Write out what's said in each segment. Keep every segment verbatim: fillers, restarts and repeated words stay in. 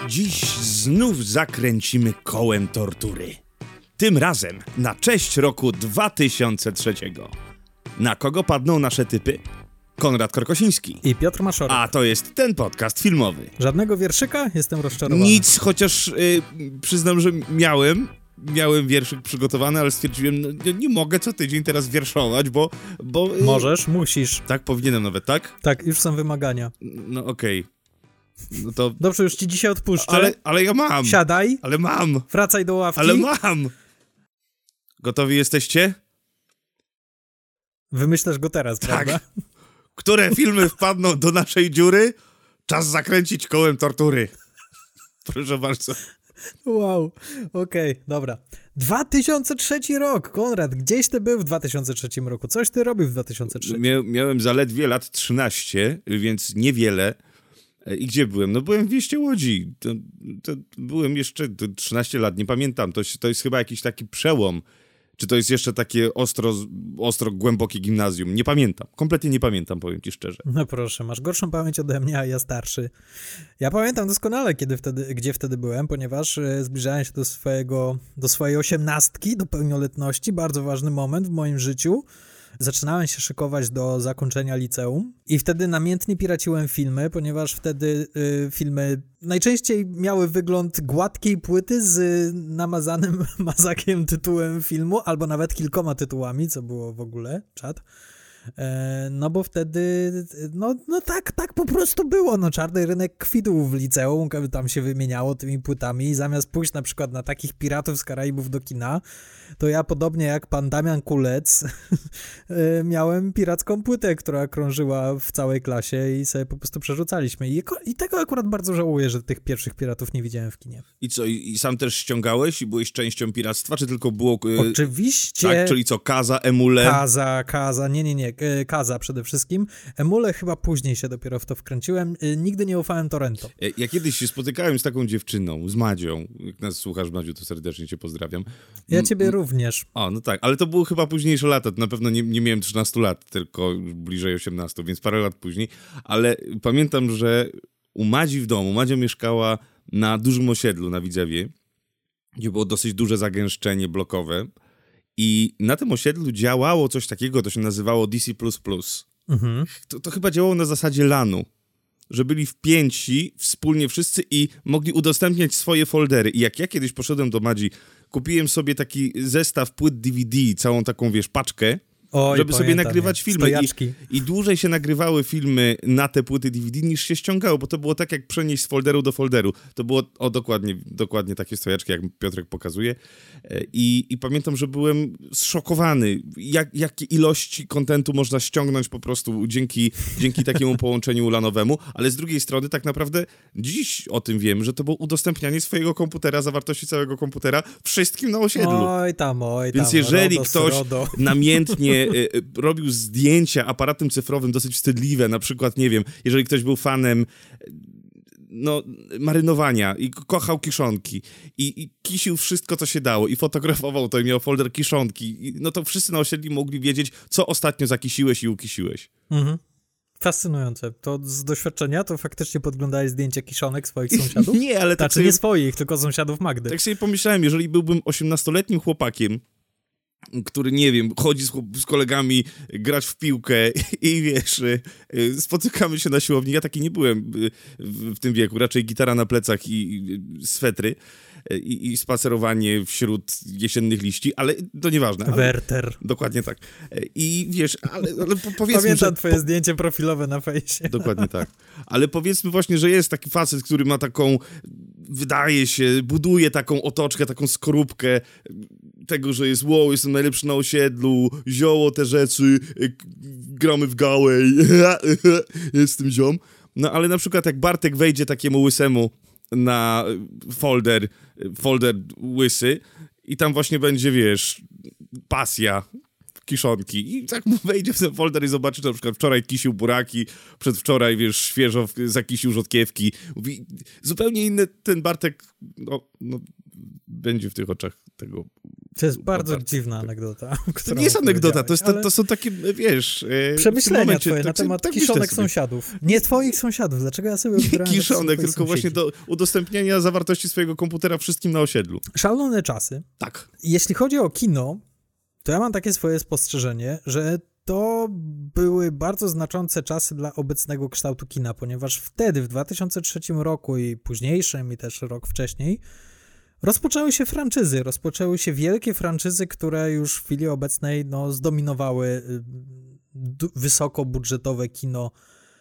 Dziś znów zakręcimy kołem tortury. Tym razem na cześć roku dwa tysiące trzeciego. Na kogo padną nasze typy? Konrad Korkosiński i Piotr Maszorek. A to jest ten podcast filmowy. Żadnego wierszyka? Jestem rozczarowany. Nic, chociaż y, przyznam, że miałem... Miałem wierszyk przygotowany, ale stwierdziłem, no, nie, nie mogę co tydzień teraz wierszować, bo... bo y, Możesz, musisz. Tak, powinienem nawet, tak? Tak, już są wymagania. No okej. Okay. No to... Dobrze, już ci dzisiaj odpuszczę. Ale, ale ja mam. Siadaj. Ale mam. Wracaj do ławki. Ale mam. Gotowi jesteście? Wymyślasz go teraz, tak. prawda? Które filmy wpadną do naszej dziury? Czas zakręcić kołem tortury. Proszę bardzo. Wow, okej, okay, dobra. dwa tysiące trzeci rok, Konrad, gdzieś ty był w dwa tysiące trzecim roku? Coś ty robił w dwa tysiące trzecim? Mia- miałem zaledwie lat trzynaście, więc niewiele. I gdzie byłem? No byłem w mieście Łodzi. To, to byłem jeszcze to trzynaście lat, nie pamiętam. To, to jest chyba jakiś taki przełom. Czy to jest jeszcze takie ostro, ostro głębokie gimnazjum? Nie pamiętam. Kompletnie nie pamiętam, powiem ci szczerze. No proszę, masz gorszą pamięć ode mnie, a ja starszy. Ja pamiętam doskonale, kiedy wtedy, gdzie wtedy byłem, ponieważ e, zbliżałem się do swojego, do swojej osiemnastki, do pełnioletności. Bardzo ważny moment w moim życiu. Zaczynałem się szykować do zakończenia liceum i wtedy namiętnie piraciłem filmy, ponieważ wtedy y, filmy najczęściej miały wygląd gładkiej płyty z namazanym mazakiem tytułem filmu, albo nawet kilkoma tytułami, co było w ogóle czad. E, no bo wtedy, no, no tak, tak po prostu było, no czarny rynek kwitł w liceum, tam się wymieniało tymi płytami i zamiast pójść na przykład na takich Piratów z Karaibów do kina, to ja podobnie jak pan Damian Kulec miałem piracką płytę, która krążyła w całej klasie i sobie po prostu przerzucaliśmy. I, i tego akurat bardzo żałuję, że tych pierwszych Piratów nie widziałem w kinie. I co, i, i sam też ściągałeś i byłeś częścią piractwa, czy tylko było... Yy, Oczywiście. Tak, czyli co, Kaza, Emule? Kaza, Kaza, nie, nie, nie, Kaza przede wszystkim. Emule chyba później się dopiero w to wkręciłem. Nigdy nie ufałem torrentom. Ja, ja kiedyś się spotykałem z taką dziewczyną, z Madzią. Jak nas słuchasz, Madziu, to serdecznie cię pozdrawiam. Ja ciebie M- również. O, no tak, ale to było chyba późniejsze lata. To na pewno nie, nie miałem trzynastu lat, tylko bliżej osiemnastu, więc parę lat później. Ale pamiętam, że u Madzi w domu, Madzia mieszkała na dużym osiedlu na Widzewie, gdzie było dosyć duże zagęszczenie blokowe. I na tym osiedlu działało coś takiego, to się nazywało D C plus plus. Mhm. To, to chyba działało na zasadzie lanu, że byli wpięci wspólnie wszyscy i mogli udostępniać swoje foldery. I jak ja kiedyś poszedłem do Madzi, kupiłem sobie taki zestaw płyt D V D, całą taką, wiesz, paczkę, Oj, żeby sobie nagrywać je. filmy. I, I dłużej się nagrywały filmy na te płyty D V D niż się ściągało, bo to było tak jak przenieść z folderu do folderu. To było o dokładnie, dokładnie takie stojaczki, jak Piotrek pokazuje. I, i pamiętam, że byłem zszokowany, jak, jakie ilości kontentu można ściągnąć po prostu dzięki, dzięki takiemu połączeniu lanowemu, ale z drugiej strony tak naprawdę dziś o tym wiem, że to było udostępnianie swojego komputera, zawartości całego komputera wszystkim na osiedlu. Oj tam, oj tam. Więc jeżeli Rodo, ktoś Rodo. namiętnie robił zdjęcia aparatem cyfrowym dosyć wstydliwe, na przykład, nie wiem, jeżeli ktoś był fanem no, marynowania i kochał kiszonki i, i kisił wszystko, co się dało i fotografował to i miał folder kiszonki, i, no to wszyscy na osiedli mogli wiedzieć, co ostatnio zakisiłeś i ukisiłeś. Mhm. Fascynujące. To z doświadczenia to faktycznie podglądałeś zdjęcia kiszonek swoich sąsiadów? Nie, ale tak znaczy sobie... nie swoich, tylko sąsiadów Magdy. Tak sobie pomyślałem, jeżeli byłbym osiemnastoletnim chłopakiem, który, nie wiem, chodzi z, z kolegami grać w piłkę i wiesz, spotykamy się na siłowni. Ja taki nie byłem w, w tym wieku, raczej gitara na plecach i, i swetry i, i spacerowanie wśród jesiennych liści, ale to nieważne. Ale, Werter. Dokładnie tak. I wiesz, ale, ale powiedzmy, Pamiętam że... twoje po... zdjęcie profilowe na fejsie. Dokładnie tak. Ale powiedzmy właśnie, że jest taki facet, który ma taką, wydaje się, buduje taką otoczkę, taką skorupkę tego, że jest wow, jestem najlepszy na osiedlu, zioło te rzeczy, gramy w gałej, jestem ziom. No ale na przykład jak Bartek wejdzie takiemu łysemu na folder, folder łysy i tam właśnie będzie, wiesz, pasja, kiszonki i tak mu wejdzie w ten folder i zobaczy, że na przykład wczoraj kisił buraki, przedwczoraj, wiesz, świeżo zakisił rzodkiewki. Mówi, zupełnie inny ten Bartek, no, no będzie w tych oczach tego To jest bardzo poparty. dziwna anegdota. To nie jest anegdota, to, jest, to, to są takie, wiesz... Przemyślenia momencie, twoje tak, na temat tak kiszonek sąsiadów. Nie twoich sąsiadów, dlaczego ja sobie wybrałem... Nie kiszonek, tylko sąsiedzi? właśnie do udostępniania zawartości swojego komputera wszystkim na osiedlu. Szalone czasy. Tak. Jeśli chodzi o kino, to ja mam takie swoje spostrzeżenie, że to były bardzo znaczące czasy dla obecnego kształtu kina, ponieważ wtedy, w dwa tysiące trzecim roku i późniejszym, i też rok wcześniej, rozpoczęły się franczyzy, rozpoczęły się wielkie franczyzy, które już w chwili obecnej no, zdominowały d- wysokobudżetowe kino,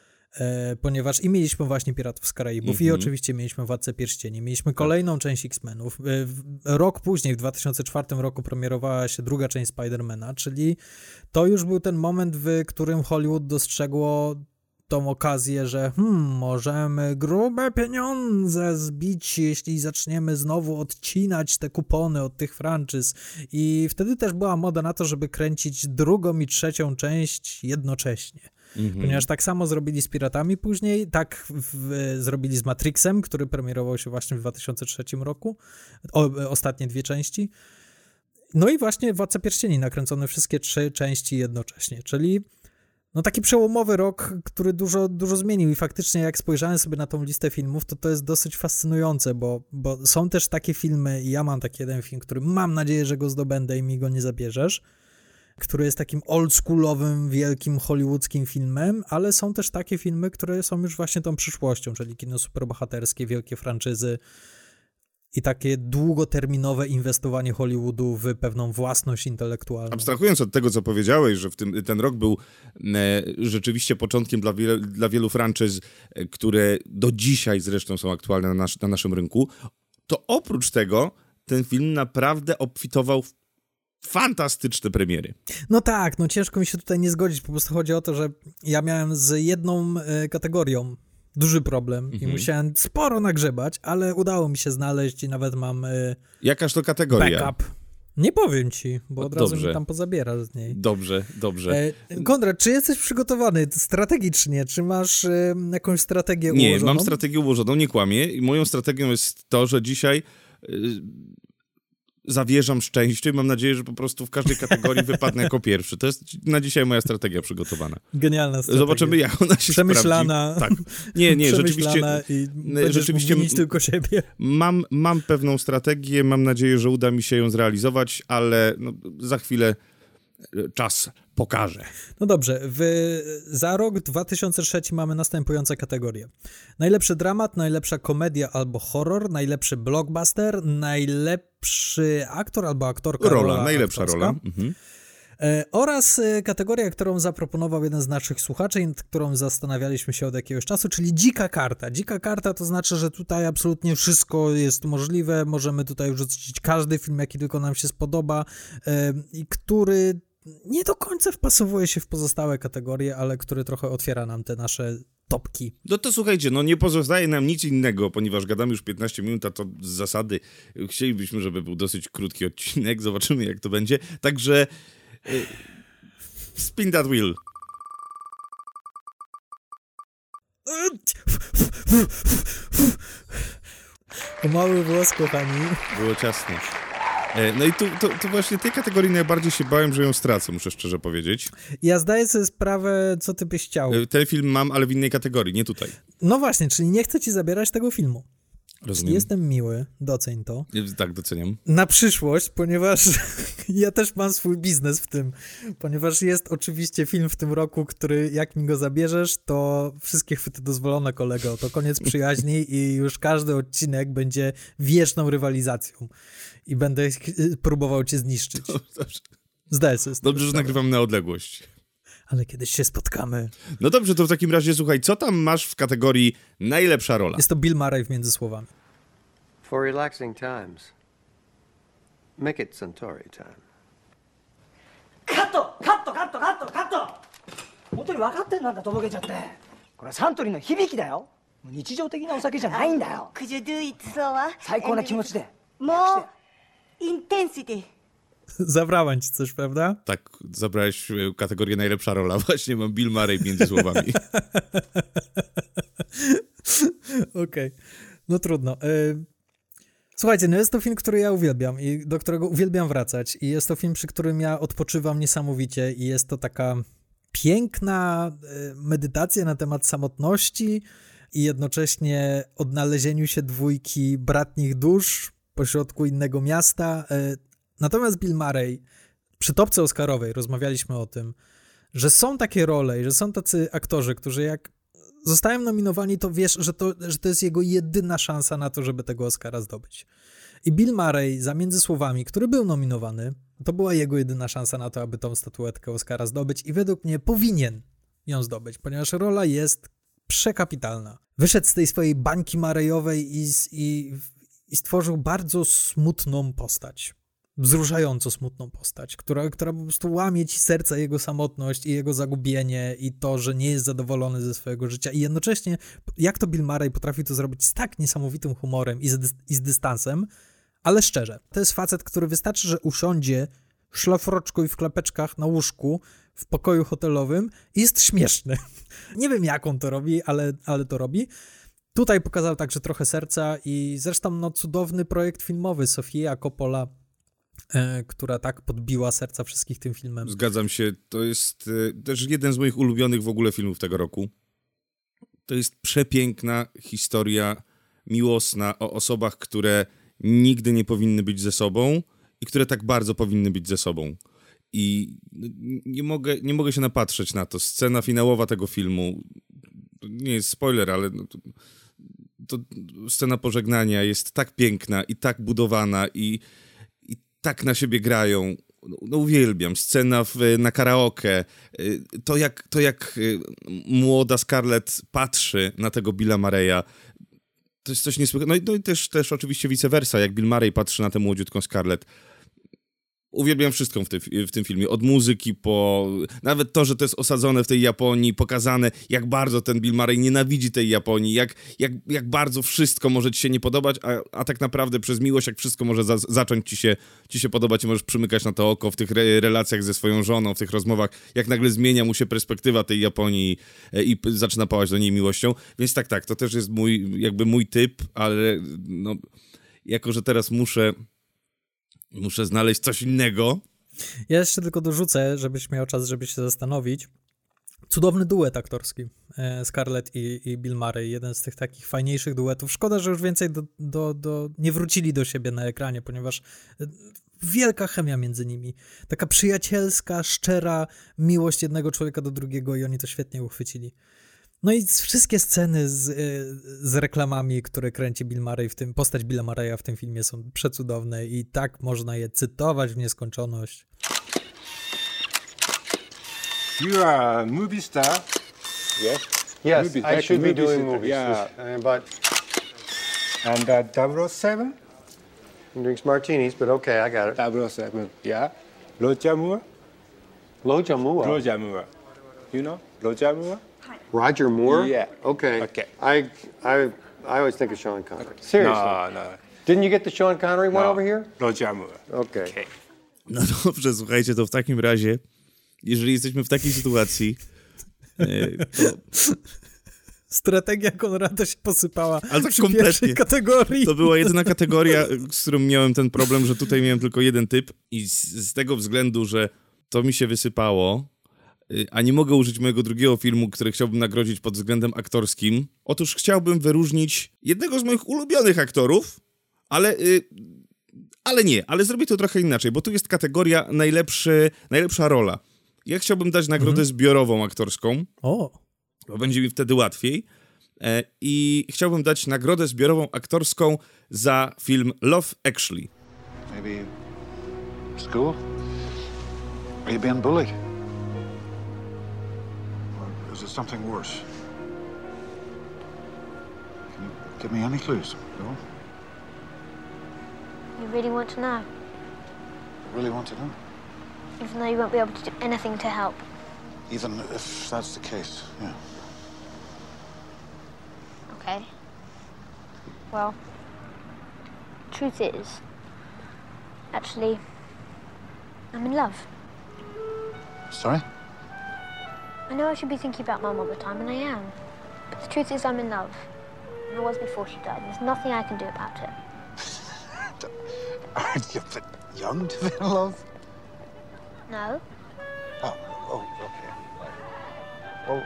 e, ponieważ i mieliśmy właśnie Piratów z Karaibów mm-hmm. i oczywiście mieliśmy Władcę Pierścieni, mieliśmy kolejną część X-Menów. E, rok później, w dwa tysiące czwartym roku premierowała się druga część Spidermana, czyli to już był ten moment, w którym Hollywood dostrzegło tą okazję, że hmm, możemy grube pieniądze zbić, jeśli zaczniemy znowu odcinać te kupony od tych franczyz. I wtedy też była moda na to, żeby kręcić drugą i trzecią część jednocześnie. Mhm. Ponieważ tak samo zrobili z Piratami później, tak w, zrobili z Matrixem, który premierował się właśnie w dwa tysiące trzecim roku. O, ostatnie dwie części. No i właśnie Władca Pierścieni, nakręcone wszystkie trzy części jednocześnie, czyli no taki przełomowy rok, który dużo, dużo zmienił i faktycznie jak spojrzałem sobie na tą listę filmów, to to jest dosyć fascynujące, bo, bo są też takie filmy i ja mam taki jeden film, który mam nadzieję, że go zdobędę i mi go nie zabierzesz, który jest takim oldschoolowym, wielkim hollywoodzkim filmem, ale są też takie filmy, które są już właśnie tą przyszłością, czyli kino superbohaterskie, wielkie franczyzy i takie długoterminowe inwestowanie Hollywoodu w pewną własność intelektualną. Abstrahując od tego, co powiedziałeś, że w tym, ten rok był e, rzeczywiście początkiem dla, wiele, dla wielu franczyz, e, które do dzisiaj zresztą są aktualne na, nas, na naszym rynku, to oprócz tego ten film naprawdę obfitował w fantastyczne premiery. No tak, no ciężko mi się tutaj nie zgodzić, po prostu chodzi o to, że ja miałem z jedną e, kategorią duży problem mhm. i musiałem sporo nagrzebać, ale udało mi się znaleźć i nawet mam y, Jakaż to kategoria? Backup. Nie powiem ci, bo od dobrze. razu mi tam pozabiera z niej. Dobrze, dobrze. E, Konrad, czy jesteś przygotowany strategicznie? Czy masz y, jakąś strategię nie, ułożoną? Nie, mam strategię ułożoną, nie kłamię. I moją strategią jest to, że dzisiaj y, zawierzam szczęście i mam nadzieję, że po prostu w każdej kategorii wypadnę jako pierwszy. To jest na dzisiaj moja strategia przygotowana. Genialna strategia. Zobaczymy, jak ona się Przemyślana. sprawdzi. Tak. Nie, nie, rzeczywiście. I rzeczywiście winić tylko siebie. Mam, mam pewną strategię, mam nadzieję, że uda mi się ją zrealizować, ale no, za chwilę czas pokaże. No dobrze, w, za rok dwa tysiące trzeci mamy następujące kategorie. Najlepszy dramat, najlepsza komedia albo horror, najlepszy blockbuster, najlepszy aktor albo aktorka. Rola, rola najlepsza aktorska. rola. Mhm. E, oraz e, kategoria, którą zaproponował jeden z naszych słuchaczy, nad którą zastanawialiśmy się od jakiegoś czasu, czyli dzika karta. Dzika karta to znaczy, że tutaj absolutnie wszystko jest możliwe, możemy tutaj wrzucić każdy film, jaki tylko nam się spodoba e, i który nie do końca wpasowuje się w pozostałe kategorie, ale który trochę otwiera nam te nasze topki. No to słuchajcie, no nie pozostaje nam nic innego, ponieważ gadamy już piętnaście minut, a to z zasady chcielibyśmy, żeby był dosyć krótki odcinek, zobaczymy jak to będzie, także y, spin that wheel. O mały włos, kochani. Było ciasno. No i tu, tu, tu właśnie tej kategorii najbardziej się bałem, że ją stracę, muszę szczerze powiedzieć. Ja zdaję sobie sprawę, co ty byś chciał. Ten film mam, ale w innej kategorii, nie tutaj. No właśnie, czyli nie chcę ci zabierać tego filmu. Rozumiem. Jestem miły, doceń to. Tak, doceniam. Na przyszłość, ponieważ ja też mam swój biznes w tym, ponieważ jest oczywiście film w tym roku, który jak mi go zabierzesz, to wszystkie chwyty dozwolone, kolego. To koniec przyjaźni i już każdy odcinek będzie wieczną rywalizacją i będę próbował cię zniszczyć. Dobrze. Zdaję sobie z tego Dobrze, że sprawę. nagrywam na odległość. Ale kiedyś się spotkamy. No dobrze, to w takim razie słuchaj, co tam masz w kategorii najlepsza rola? Jest to Bill Murray w Między Słowami. For relaxing times, make it Centauri time. カットカットカットカットカット本当に分かってんなんだとぼけちゃってこれはサントリーの響きだよ日常的なお酒じゃないんだよ Could you do it slower? 最高な気持ちで More intensity. Zabrałem ci coś, prawda? Tak, zabrałeś kategorię najlepsza rola. Właśnie mam Bill Murray Między Słowami. Okej, okay. No trudno. Y- Słuchajcie, no jest to film, który ja uwielbiam i do którego uwielbiam wracać i jest to film, przy którym ja odpoczywam niesamowicie i jest to taka piękna medytacja na temat samotności i jednocześnie odnalezieniu się dwójki bratnich dusz pośrodku innego miasta. Natomiast Bill Murray, przy topce oscarowej rozmawialiśmy o tym, że są takie role i że są tacy aktorzy, którzy jak zostają nominowani, to wiesz, że to, że to jest jego jedyna szansa na to, żeby tego Oscara zdobyć. I Bill Murray za Między Słowami, który był nominowany, to była jego jedyna szansa na to, aby tą statuetkę Oscara zdobyć i według mnie powinien ją zdobyć, ponieważ rola jest przekapitalna. Wyszedł z tej swojej bańki Murrayowej i, i, i stworzył bardzo smutną postać. Wzruszająco smutną postać, która, która po prostu łamie ci serca, jego samotność i jego zagubienie i to, że nie jest zadowolony ze swojego życia i jednocześnie jak to Bill Murray potrafi to zrobić z tak niesamowitym humorem i z, i z dystansem, ale szczerze, to jest facet, który wystarczy, że usiądzie w szlafroczku i w klapeczkach na łóżku w pokoju hotelowym i jest śmieszny. Nie wiem, jak on to robi, ale, ale to robi. Tutaj pokazał także trochę serca i zresztą no, cudowny projekt filmowy Sofia Coppola, e, która tak podbiła serca wszystkich tym filmem. Zgadzam się. To jest e, też jeden z moich ulubionych w ogóle filmów tego roku. To jest przepiękna historia miłosna o osobach, które nigdy nie powinny być ze sobą i które tak bardzo powinny być ze sobą. I nie mogę, nie mogę się napatrzeć na to. Scena finałowa tego filmu, to nie jest spoiler, ale no to, to scena pożegnania jest tak piękna i tak budowana i, i tak na siebie grają. No uwielbiam. Scena w, na karaoke. To jak, to jak młoda Scarlett patrzy na tego Billa Murraya, to jest coś niesłychanego. No i, no i też, też oczywiście vice versa, jak Bill Murray patrzy na tę młodziutką Scarlett. Uwielbiam wszystko w, ty, w tym filmie, od muzyki po... Nawet to, że to jest osadzone w tej Japonii, pokazane, jak bardzo ten Bill Murray nienawidzi tej Japonii, jak, jak, jak bardzo wszystko może ci się nie podobać, a, a tak naprawdę przez miłość, jak wszystko może za, zacząć ci się, ci się podobać i możesz przymykać na to oko w tych re, relacjach ze swoją żoną, w tych rozmowach, jak nagle zmienia mu się perspektywa tej Japonii i, i zaczyna pałać do niej miłością. Więc tak, tak, to też jest mój, jakby mój typ, ale no, jako, że teraz muszę... Muszę znaleźć coś innego. Ja jeszcze tylko dorzucę, żebyś miał czas, żeby się zastanowić. Cudowny duet aktorski. Scarlett i, i Bill Murray. Jeden z tych takich fajniejszych duetów. Szkoda, że już więcej do, do, do, nie wrócili do siebie na ekranie, ponieważ wielka chemia między nimi. Taka przyjacielska, szczera miłość jednego człowieka do drugiego i oni to świetnie uchwycili. No i wszystkie sceny z, z reklamami, które kręci Bill Murray w tym, postać Billa Murraya w tym filmie są przecudowne i tak można je cytować w nieskończoność. You are a movie star. Yes. Yes, Movie- I like should be movie doing star, movies, yeah. uh, but And uh, double oh seven? he drinks martinis, but okay, I got it. double oh seven, yeah. Roger Moore? Roger Moore. Roger Moore. You know Roger Moore? Roger Moore? Yeah. Okay. Okay. I, I, I always think of Sean Connery. Seriously. No, no. Didn't you get the Sean Connery one no. over here? Roger Moore. Okay. Okay. No dobrze, słuchajcie, to w takim razie, jeżeli jesteśmy w takiej sytuacji, e, to, Strategia Konrada się posypała ale tak przy kompletnie. pierwszej kategorii. To była jedyna kategoria, z którą miałem ten problem, że tutaj miałem tylko jeden typ i z, z tego względu, że to mi się wysypało, a nie mogę użyć mojego drugiego filmu, który chciałbym nagrodzić pod względem aktorskim. Otóż chciałbym wyróżnić jednego z moich ulubionych aktorów, ale, yy, ale nie, ale zrobię to trochę inaczej, bo tu jest kategoria najlepszy, najlepsza rola. Ja chciałbym dać nagrodę mhm. zbiorową aktorską, O. bo będzie mi wtedy łatwiej. E, I chciałbym dać nagrodę zbiorową aktorską za film Love Actually. Maybe school? Are you being bullied? Or is it something worse? Can you give me any clues, no? You really want to know? I really want to know. Even though you won't be able to do anything to help. Even if that's the case, yeah. Okay. Well, truth is, actually, I'm in love. Sorry? I know I should be thinking about Mum all the time, and I am. But the truth is I'm in love. And I was before she died. There's nothing I can do about it. Aren't you a bit young to be in love? No. Oh, oh, okay. Well,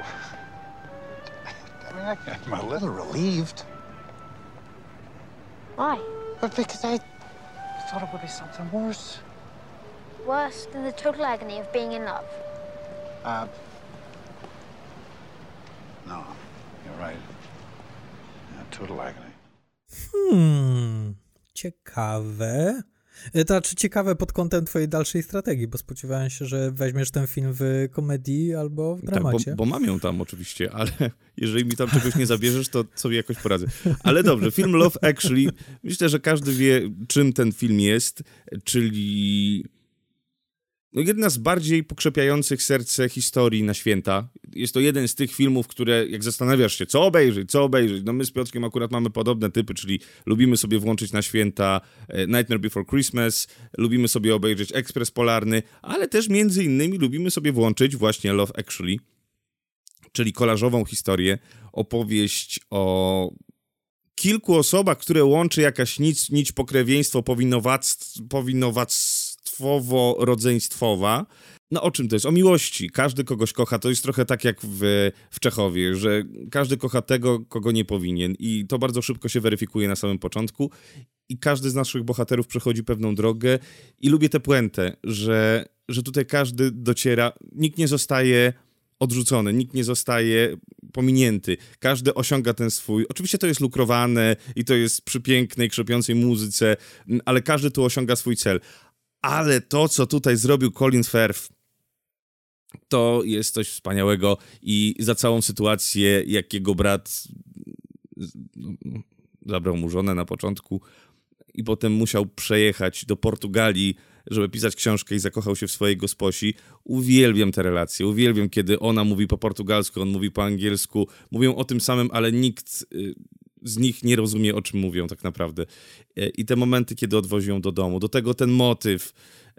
I mean, I, I'm a little relieved. Why? But because I thought it would be something worse. Worse than the total agony of being in love. Uh, no, you're right. Yeah, total agony. Hmm, ciekawe. To znaczy ciekawe pod kątem twojej dalszej strategii, bo spodziewałem się, że weźmiesz ten film w komedii albo w dramacie. Tak, bo, bo mam ją tam oczywiście, ale jeżeli mi tam czegoś nie zabierzesz, to sobie jakoś poradzę. Ale dobrze, film Love Actually, myślę, że każdy wie, czym ten film jest, czyli no jedna z bardziej pokrzepiających serce historii na święta. Jest to jeden z tych filmów, które jak zastanawiasz się, co obejrzeć, co obejrzeć, no my z Piotrkiem akurat mamy podobne typy, czyli lubimy sobie włączyć na święta Nightmare Before Christmas, lubimy sobie obejrzeć Ekspres Polarny, ale też między innymi lubimy sobie włączyć właśnie Love Actually, czyli kolażową historię, opowieść o kilku osobach, które łączy jakaś nić, nić pokrewieństwo, powinowactwo, powinowactwo rodzeństwowa. No o czym to jest? O miłości. Każdy kogoś kocha. To jest trochę tak jak w, w Czechowie, że każdy kocha tego, kogo nie powinien. I to bardzo szybko się weryfikuje na samym początku. I każdy z naszych bohaterów przechodzi pewną drogę. I lubię tę puentę, że, że tutaj każdy dociera. Nikt nie zostaje odrzucony, nikt nie zostaje pominięty. Każdy osiąga ten swój... Oczywiście to jest lukrowane i to jest przy pięknej, krzepiącej muzyce, ale każdy tu osiąga swój cel. Ale to, co tutaj zrobił Colin Firth, to jest coś wspaniałego i za całą sytuację, jak jego brat zabrał mu żonę na początku i potem musiał przejechać do Portugalii, żeby pisać książkę i zakochał się w swojej gosposi. Uwielbiam te relacje, uwielbiam, kiedy ona mówi po portugalsku, on mówi po angielsku. Mówią o tym samym, ale nikt z nich nie rozumie, o czym mówią tak naprawdę. I te momenty, kiedy odwozi ją do domu. Do tego ten motyw.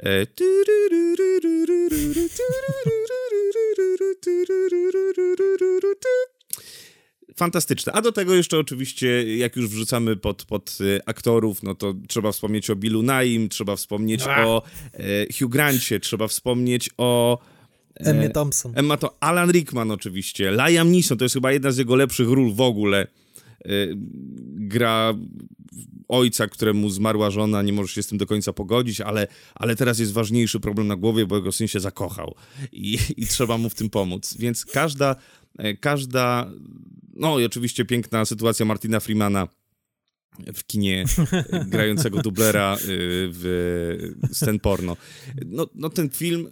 Fantastyczne. A do tego jeszcze oczywiście, jak już wrzucamy pod, pod aktorów, no to trzeba wspomnieć o Billu Naim, trzeba wspomnieć A. o e, Hugh Grancie, trzeba wspomnieć o e, Emmie Thompson. Emma to Alan Rickman oczywiście. Liam Neeson, to jest chyba jedna z jego lepszych ról w ogóle. E, gra ojca, któremu zmarła żona, nie może się z tym do końca pogodzić, ale, ale teraz jest ważniejszy problem na głowie, bo jego syn się zakochał i, i trzeba mu w tym pomóc. Więc każda, każda no i oczywiście piękna sytuacja Martina Freemana w kinie, grającego dublera w scen porno. No, no ten film,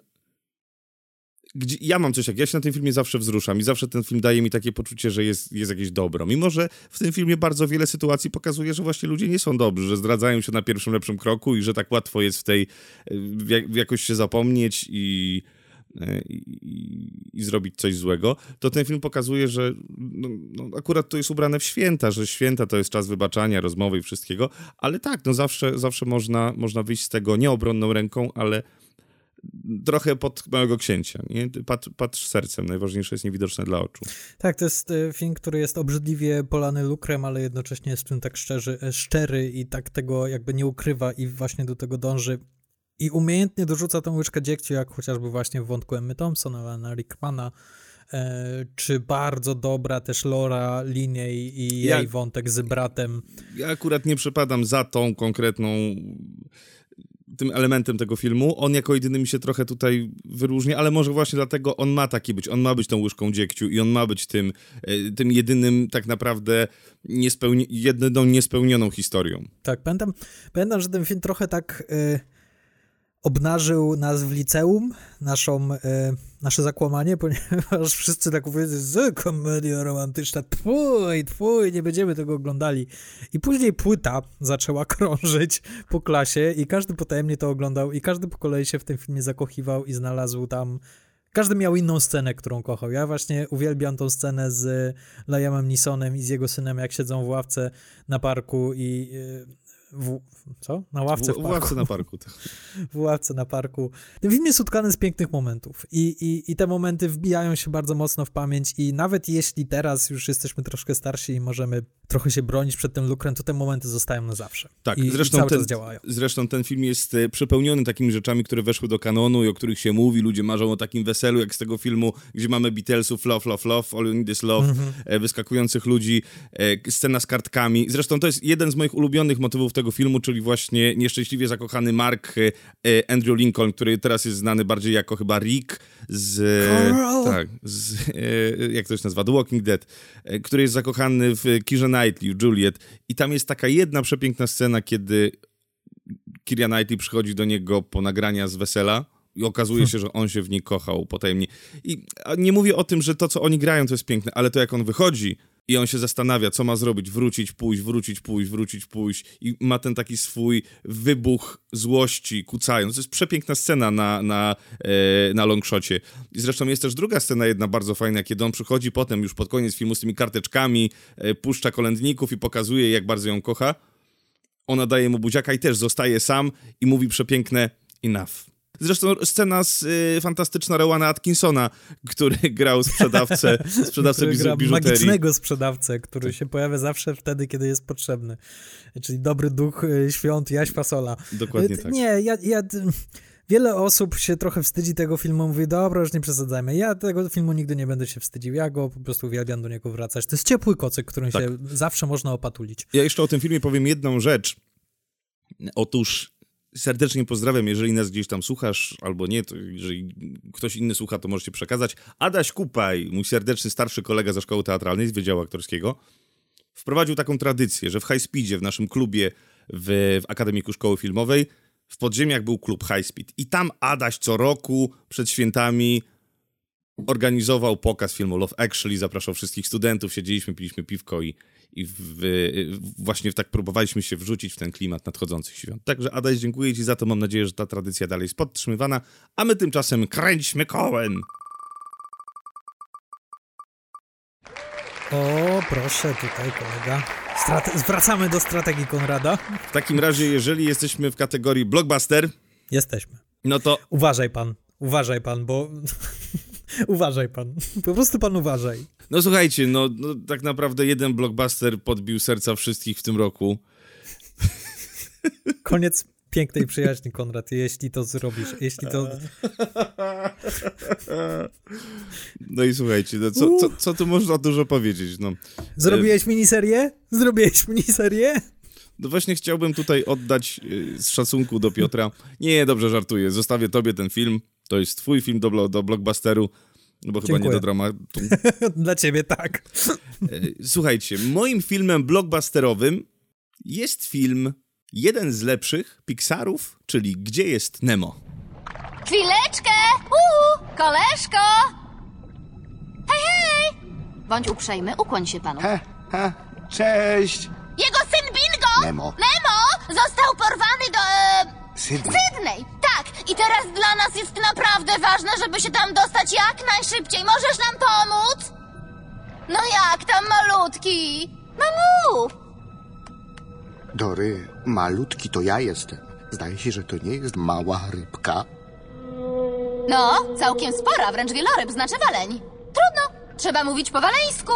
gdzie, ja mam coś takiego, ja się na tym filmie zawsze wzruszam i zawsze ten film daje mi takie poczucie, że jest, jest jakieś dobro. Mimo że w tym filmie bardzo wiele sytuacji pokazuje, że właśnie ludzie nie są dobrzy, że zdradzają się na pierwszym lepszym kroku i że tak łatwo jest w tej w, w jakoś się zapomnieć i I, i, i zrobić coś złego, to ten film pokazuje, że no, no, akurat to jest ubrane w święta, że święta to jest czas wybaczania, rozmowy i wszystkiego, ale tak, no zawsze, zawsze można, można wyjść z tego nie obronną ręką, ale trochę pod Małego Księcia. Nie? Pat, patrz sercem, najważniejsze jest niewidoczne dla oczu. Tak, to jest film, który jest obrzydliwie polany lukrem, ale jednocześnie jest w tym tak szczerzy, szczery i tak tego jakby nie ukrywa i właśnie do tego dąży. I umiejętnie dorzuca tą łyżkę dziegciu, jak chociażby właśnie w wątku Emmy Thompson, Alana Rickmana, e, czy bardzo dobra też Laura Linney i jej ja, wątek z bratem. Ja akurat nie przepadam za tą konkretną, tym elementem tego filmu. On jako jedyny mi się trochę tutaj wyróżnia, ale może właśnie dlatego on ma taki być. On ma być tą łyżką dziegciu i on ma być tym, tym jedynym tak naprawdę niespełni- jedyną niespełnioną historią. Tak, pamiętam, pamiętam, że ten film trochę tak... Y- obnażył nas w liceum, naszą, e, nasze zakłamanie, ponieważ wszyscy tak mówią, że komedia romantyczna, twój, twój, nie będziemy tego oglądali. I później płyta zaczęła krążyć po klasie i każdy potajemnie to oglądał i każdy po kolei się w tym filmie zakochiwał i znalazł tam, każdy miał inną scenę, którą kochał. Ja właśnie uwielbiam tą scenę z Liamem Neesonem i z jego synem, jak siedzą w ławce na parku i... E, W, co? Na ławce w, w, parku. w ławce na parku. W ławce na parku. Ten film jest utkany z pięknych momentów i, i, i te momenty wbijają się bardzo mocno w pamięć i nawet jeśli teraz już jesteśmy troszkę starsi i możemy trochę się bronić przed tym lukrem, to te momenty zostają na zawsze. Tak, I, zresztą, i cały ten, czas działają. zresztą ten film jest przepełniony takimi rzeczami, które weszły do kanonu i o których się mówi. Ludzie marzą o takim weselu, jak z tego filmu, gdzie mamy Beatlesów, Love, Love, Love, All You Need Is Love, mm-hmm. wyskakujących ludzi, scena z kartkami. Zresztą to jest jeden z moich ulubionych motywów tego filmu, czyli właśnie nieszczęśliwie zakochany Mark Andrew Lincoln, który teraz jest znany bardziej jako chyba Rick z... Carl. Tak, z, jak to się nazywa? The Walking Dead, który jest zakochany w Keirze Knightley, w Juliet. I tam jest taka jedna przepiękna scena, kiedy Keira Knightley przychodzi do niego po nagrania z wesela i okazuje się, że on się w niej kochał potajemnie. I nie mówię o tym, że to, co oni grają, to jest piękne, ale to, jak on wychodzi i on się zastanawia, co ma zrobić, wrócić, pójść, wrócić, pójść, wrócić, pójść i ma ten taki swój wybuch złości, kucając. To jest przepiękna scena na, na, e, na longshocie. I zresztą jest też druga scena, jedna bardzo fajna, kiedy on przychodzi potem już pod koniec filmu z tymi karteczkami, e, puszcza kolędników i pokazuje, jak bardzo ją kocha. Ona daje mu buziaka i też zostaje sam i mówi przepiękne enough. Zresztą scena z y, fantastyczna Rowena Atkinsona, który grał sprzedawcę, sprzedawcę który gra biżuterii. magicznego sprzedawcę, który tak. się pojawia zawsze wtedy, kiedy jest potrzebny. Czyli dobry duch y, świąt Jaś Fasola. Dokładnie y, tak. Nie, ja... ja wiele osób się trochę wstydzi tego filmu, mówi, dobra, już nie przesadzajmy. Ja tego filmu nigdy nie będę się wstydził. Ja go po prostu uwielbiam do niego wracać. To jest ciepły kocyk, którym tak. się zawsze można opatulić. Ja jeszcze o tym filmie powiem jedną rzecz. Otóż serdecznie pozdrawiam, jeżeli nas gdzieś tam słuchasz, albo nie, to jeżeli ktoś inny słucha, to możecie przekazać. Adaś Kupaj, mój serdeczny starszy kolega ze szkoły teatralnej, z Wydziału Aktorskiego, wprowadził taką tradycję, że w High Speedzie, w naszym klubie w, w Akademiku Szkoły Filmowej, w podziemiach był klub High Speed. I tam Adaś co roku przed świętami organizował pokaz filmu Love Actually, zapraszał wszystkich studentów, siedzieliśmy, piliśmy piwko i, i w, w, właśnie tak próbowaliśmy się wrzucić w ten klimat nadchodzących świąt. Także Adaś, dziękuję ci za to, mam nadzieję, że ta tradycja dalej jest podtrzymywana, a my tymczasem kręćmy kołem! O, proszę, tutaj kolega. Strate- wracamy do strategii Konrada. W takim razie, jeżeli jesteśmy w kategorii blockbuster... Jesteśmy. No to... Uważaj pan, uważaj pan, bo... uważaj pan. Po prostu pan uważaj. No słuchajcie, no, no tak naprawdę jeden blockbuster podbił serca wszystkich w tym roku. Koniec pięknej przyjaźni, Konrad, jeśli to zrobisz, jeśli to... No i słuchajcie, no co, co, co tu można dużo powiedzieć, no. Zrobiłeś miniserię? Zrobiłeś miniserię? No właśnie chciałbym tutaj oddać z szacunku do Piotra. Nie, dobrze żartuję, zostawię tobie ten film, to jest twój film do, do blockbusteru, no bo chyba Dziękuję. nie do dramatu. Dla ciebie tak. Słuchajcie, moim filmem blockbusterowym jest film, jeden z lepszych Pixarów, czyli Gdzie jest Nemo? Chwileczkę! Uuu, koleżko! Hej, hej! Bądź uprzejmy, ukłoń się panu. Ha, ha, cześć! Jego syn Bingo! Nemo. Nemo został porwany do... E, Sydney. Sydney! Tak! I teraz dla nas jest naprawdę ważne, żeby się tam dostać jak najszybciej. Możesz nam pomóc? No jak tam, malutki? No mów! Dory, malutki to ja jestem. Zdaje się, że to nie jest mała rybka. No, całkiem spora, wręcz wieloryb, znaczy waleń. Trudno, trzeba mówić po waleńsku.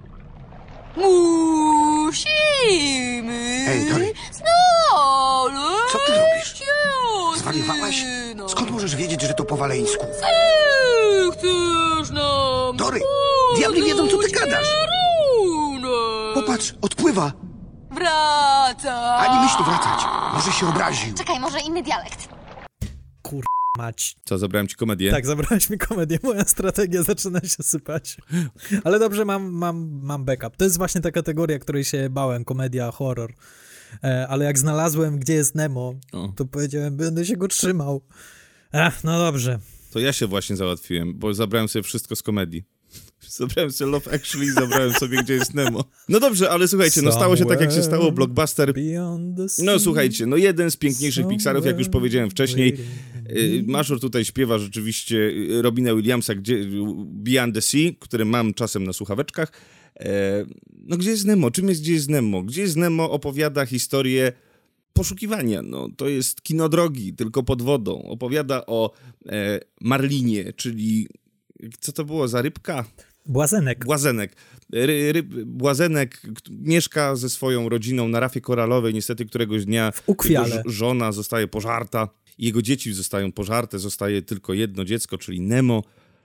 Musimy... Ej, Dory. Znaleźć Co ty robisz? się, Zwariowałaś? syno. Skąd możesz wiedzieć, że to po waleńsku? Ty chcesz nam... Dory, diabli wiedzą, co ty gadasz. Kierunek. Popatrz, odpływa. Wraca. Ani myśl tu wracać. Może się obraził. Czekaj, może inny dialekt. Kur... mać. Co, zabrałem ci komedię? Tak, zabrałeś mi komedię, moja strategia zaczyna się sypać. Ale dobrze, mam, mam, mam backup. To jest właśnie ta kategoria, której się bałem, komedia, horror. E, ale jak znalazłem, Gdzie jest Nemo, O. to powiedziałem, będę się go trzymał. Ach, no dobrze. To ja się właśnie załatwiłem, bo zabrałem sobie wszystko z komedii. Zabrałem sobie Love Actually, zabrałem sobie Gdzie jest Nemo. No dobrze, ale słuchajcie, no stało się tak, jak się stało, blockbuster. No słuchajcie, no jeden z piękniejszych Pixarów, jak już powiedziałem wcześniej. Maszur tutaj śpiewa rzeczywiście Robina Williamsa, gdzie, Beyond the Sea, który mam czasem na słuchaweczkach. No Gdzie jest Nemo? Czym jest Gdzie jest Nemo? Gdzie jest Nemo opowiada historię poszukiwania. No, to jest kino drogi, tylko pod wodą. Opowiada o e, marlinie, czyli co to było za rybka? Błazenek. Błazenek. Ry, ryb, błazenek mieszka ze swoją rodziną na rafie koralowej. Niestety któregoś dnia w ukwiale. Jego żona zostaje pożarta. Jego dzieci zostają pożarte. Zostaje tylko jedno dziecko, czyli Nemo.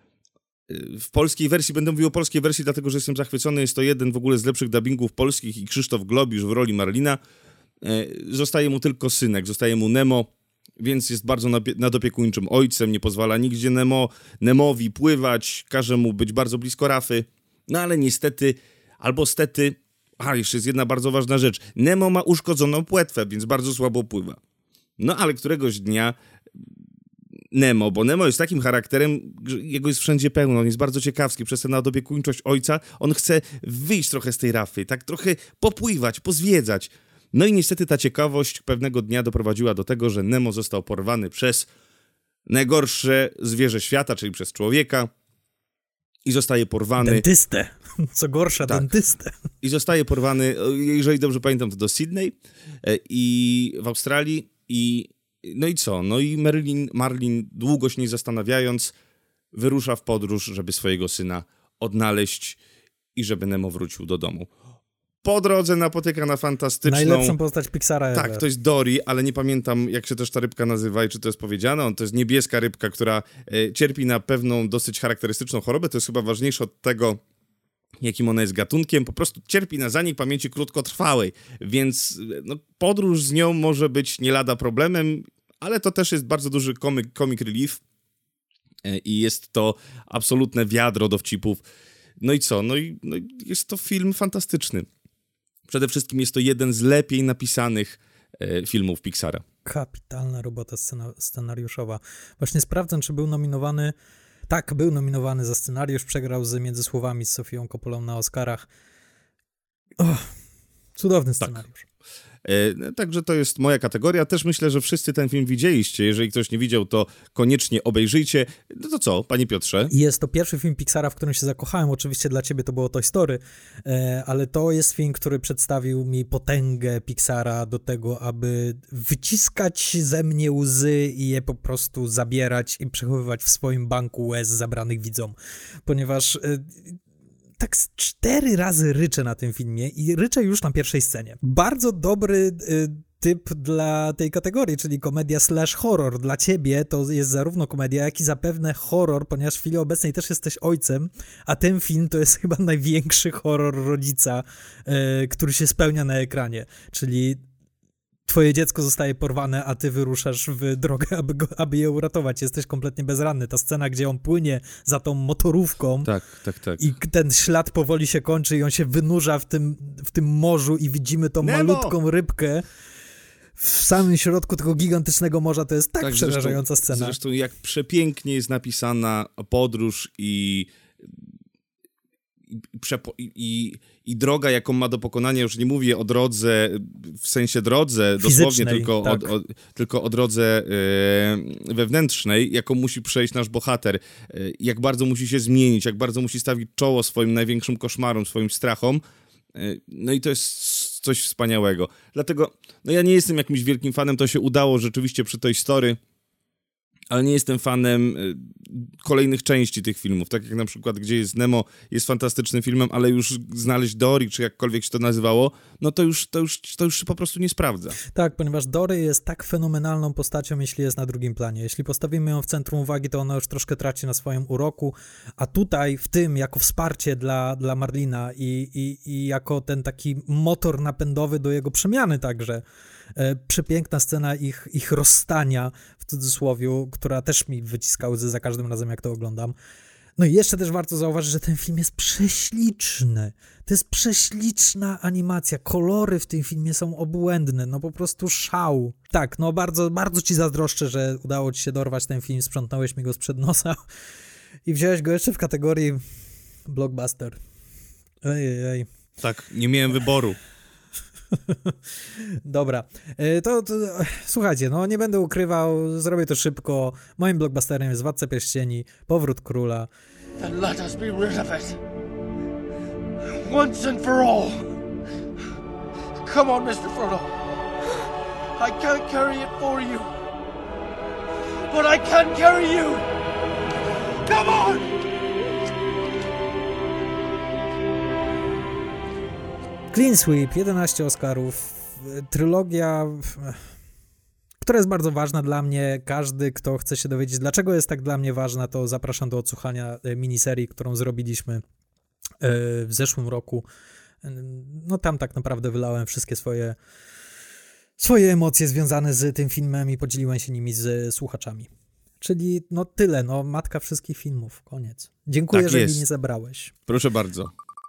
W polskiej wersji, będę mówił o polskiej wersji, dlatego że jestem zachwycony. Jest to jeden w ogóle z lepszych dubbingów polskich i Krzysztof Globisz w roli Marlina. Zostaje mu tylko synek, zostaje mu Nemo, więc jest bardzo nadopiekuńczym ojcem, nie pozwala nigdzie Nemo, Nemowi pływać, każe mu być bardzo blisko rafy. No ale niestety, albo stety, a jeszcze jest jedna bardzo ważna rzecz. Nemo ma uszkodzoną płetwę, więc bardzo słabo pływa. No ale któregoś dnia Nemo, bo Nemo jest takim charakterem, że jego jest wszędzie pełno, on jest bardzo ciekawski, przez tę nadopiekuńczość ojca, on chce wyjść trochę z tej rafy, tak trochę popływać, pozwiedzać. No i niestety ta ciekawość pewnego dnia doprowadziła do tego, że Nemo został porwany przez najgorsze zwierzę świata, czyli przez człowieka i zostaje porwany... Dentystę. Co gorsza, tak. dentystę. I zostaje porwany, jeżeli dobrze pamiętam, to do Sydney i w Australii i no i co? No i Marlin, Marlin długo się nie zastanawiając wyrusza w podróż, żeby swojego syna odnaleźć i żeby Nemo wrócił do domu. Po drodze napotyka na fantastyczną... Najlepszą postać Pixara Tak, ever. to jest Dory, ale nie pamiętam, jak się też ta rybka nazywa i czy to jest powiedziane. On to jest niebieska rybka, która e, cierpi na pewną dosyć charakterystyczną chorobę. To jest chyba ważniejsze od tego, jakim ona jest gatunkiem. Po prostu cierpi na zanik pamięci krótkotrwałej, więc no, podróż z nią może być nie lada problemem, ale to też jest bardzo duży comic, comic relief e, i jest to absolutne wiadro dowcipów. No i co? No i, no i jest to film fantastyczny. Przede wszystkim jest to jeden z lepiej napisanych e, filmów Pixara. Kapitalna robota scena- scenariuszowa. Właśnie sprawdzam, czy był nominowany... Tak, był nominowany za scenariusz, przegrał z Między Słowami z Sofią Coppolą na Oscarach. Oh, cudowny scenariusz. Tak. E, także to jest moja kategoria. Też myślę, że wszyscy ten film widzieliście. Jeżeli ktoś nie widział, to koniecznie obejrzyjcie. No to co, panie Piotrze? Jest to pierwszy film Pixara, w którym się zakochałem. Oczywiście dla ciebie to było Toy Story, e, ale to jest film, który przedstawił mi potęgę Pixara do tego, aby wyciskać ze mnie łzy i je po prostu zabierać i przechowywać w swoim banku łez zabranych widzom. Ponieważ... E, tak z cztery razy ryczę na tym filmie i ryczę już na pierwszej scenie. Bardzo dobry y, typ dla tej kategorii, czyli komedia slash horror. Dla ciebie to jest zarówno komedia, jak i zapewne horror, ponieważ w chwili obecnej też jesteś ojcem, a ten film to jest chyba największy horror rodzica, y, który się spełnia na ekranie. Czyli twoje dziecko zostaje porwane, a ty wyruszasz w drogę, aby, go, aby je uratować. Jesteś kompletnie bezranny. Ta scena, gdzie on płynie za tą motorówką tak, tak, tak. i ten ślad powoli się kończy i on się wynurza w tym, w tym morzu i widzimy tą Nemo! malutką rybkę w samym środku tego gigantycznego morza. To jest tak, tak przerażająca zresztą, scena. Zresztą jak przepięknie jest napisana podróż i I, przepo- i, i droga, jaką ma do pokonania, już nie mówię o drodze, w sensie drodze, fizycznej, dosłownie, tylko, tak. o, o, tylko o drodze yy, wewnętrznej, jaką musi przejść nasz bohater, yy, jak bardzo musi się zmienić, jak bardzo musi stawić czoło swoim największym koszmarom, swoim strachom. Yy, no i to jest coś wspaniałego. Dlatego, no ja nie jestem jakimś wielkim fanem, to się udało rzeczywiście przy Toy Story, ale nie jestem fanem y, kolejnych części tych filmów, tak jak na przykład Gdzie jest Nemo jest fantastycznym filmem, ale już znaleźć Dory, czy jakkolwiek się to nazywało, no to już, to już, to już się po prostu nie sprawdza. Tak, ponieważ Dory jest tak fenomenalną postacią, jeśli jest na drugim planie. Jeśli postawimy ją w centrum uwagi, to ona już troszkę traci na swoim uroku, a tutaj w tym, jako wsparcie dla, dla Marlina i, i, i jako ten taki motor napędowy do jego przemiany także, e, przepiękna scena ich, ich rozstania, w cudzysłowiu, która też mi wyciska łzy za każdym razem, jak to oglądam. No i jeszcze też warto zauważyć, że ten film jest prześliczny. To jest prześliczna animacja. Kolory w tym filmie są obłędne. No po prostu szał. Tak, no bardzo, bardzo ci zazdroszczę, że udało ci się dorwać ten film, sprzątnąłeś mi go sprzed nosa i wziąłeś go jeszcze w kategorii blockbuster. Ej, ej. Tak, nie miałem wyboru. Dobra, to, to słuchajcie, no nie będę ukrywał, zrobię to szybko. Moim blockbusterem jest Władca Pierścieni, Powrót Króla. Then let us be rid of it. Once and for all. Come on, mister Frodo. I can't carry it for you. But I can carry you. Come on! Clean Sweep, jedenaście Oscarów, trylogia, która jest bardzo ważna dla mnie. Każdy, kto chce się dowiedzieć, dlaczego jest tak dla mnie ważna, to zapraszam do odsłuchania miniserii, którą zrobiliśmy w zeszłym roku. No tam tak naprawdę wylałem wszystkie swoje, swoje emocje związane z tym filmem i podzieliłem się nimi z słuchaczami. Czyli no tyle, no matka wszystkich filmów, koniec. Dziękuję, Tak że jest. mi nie zabrałeś. Proszę bardzo.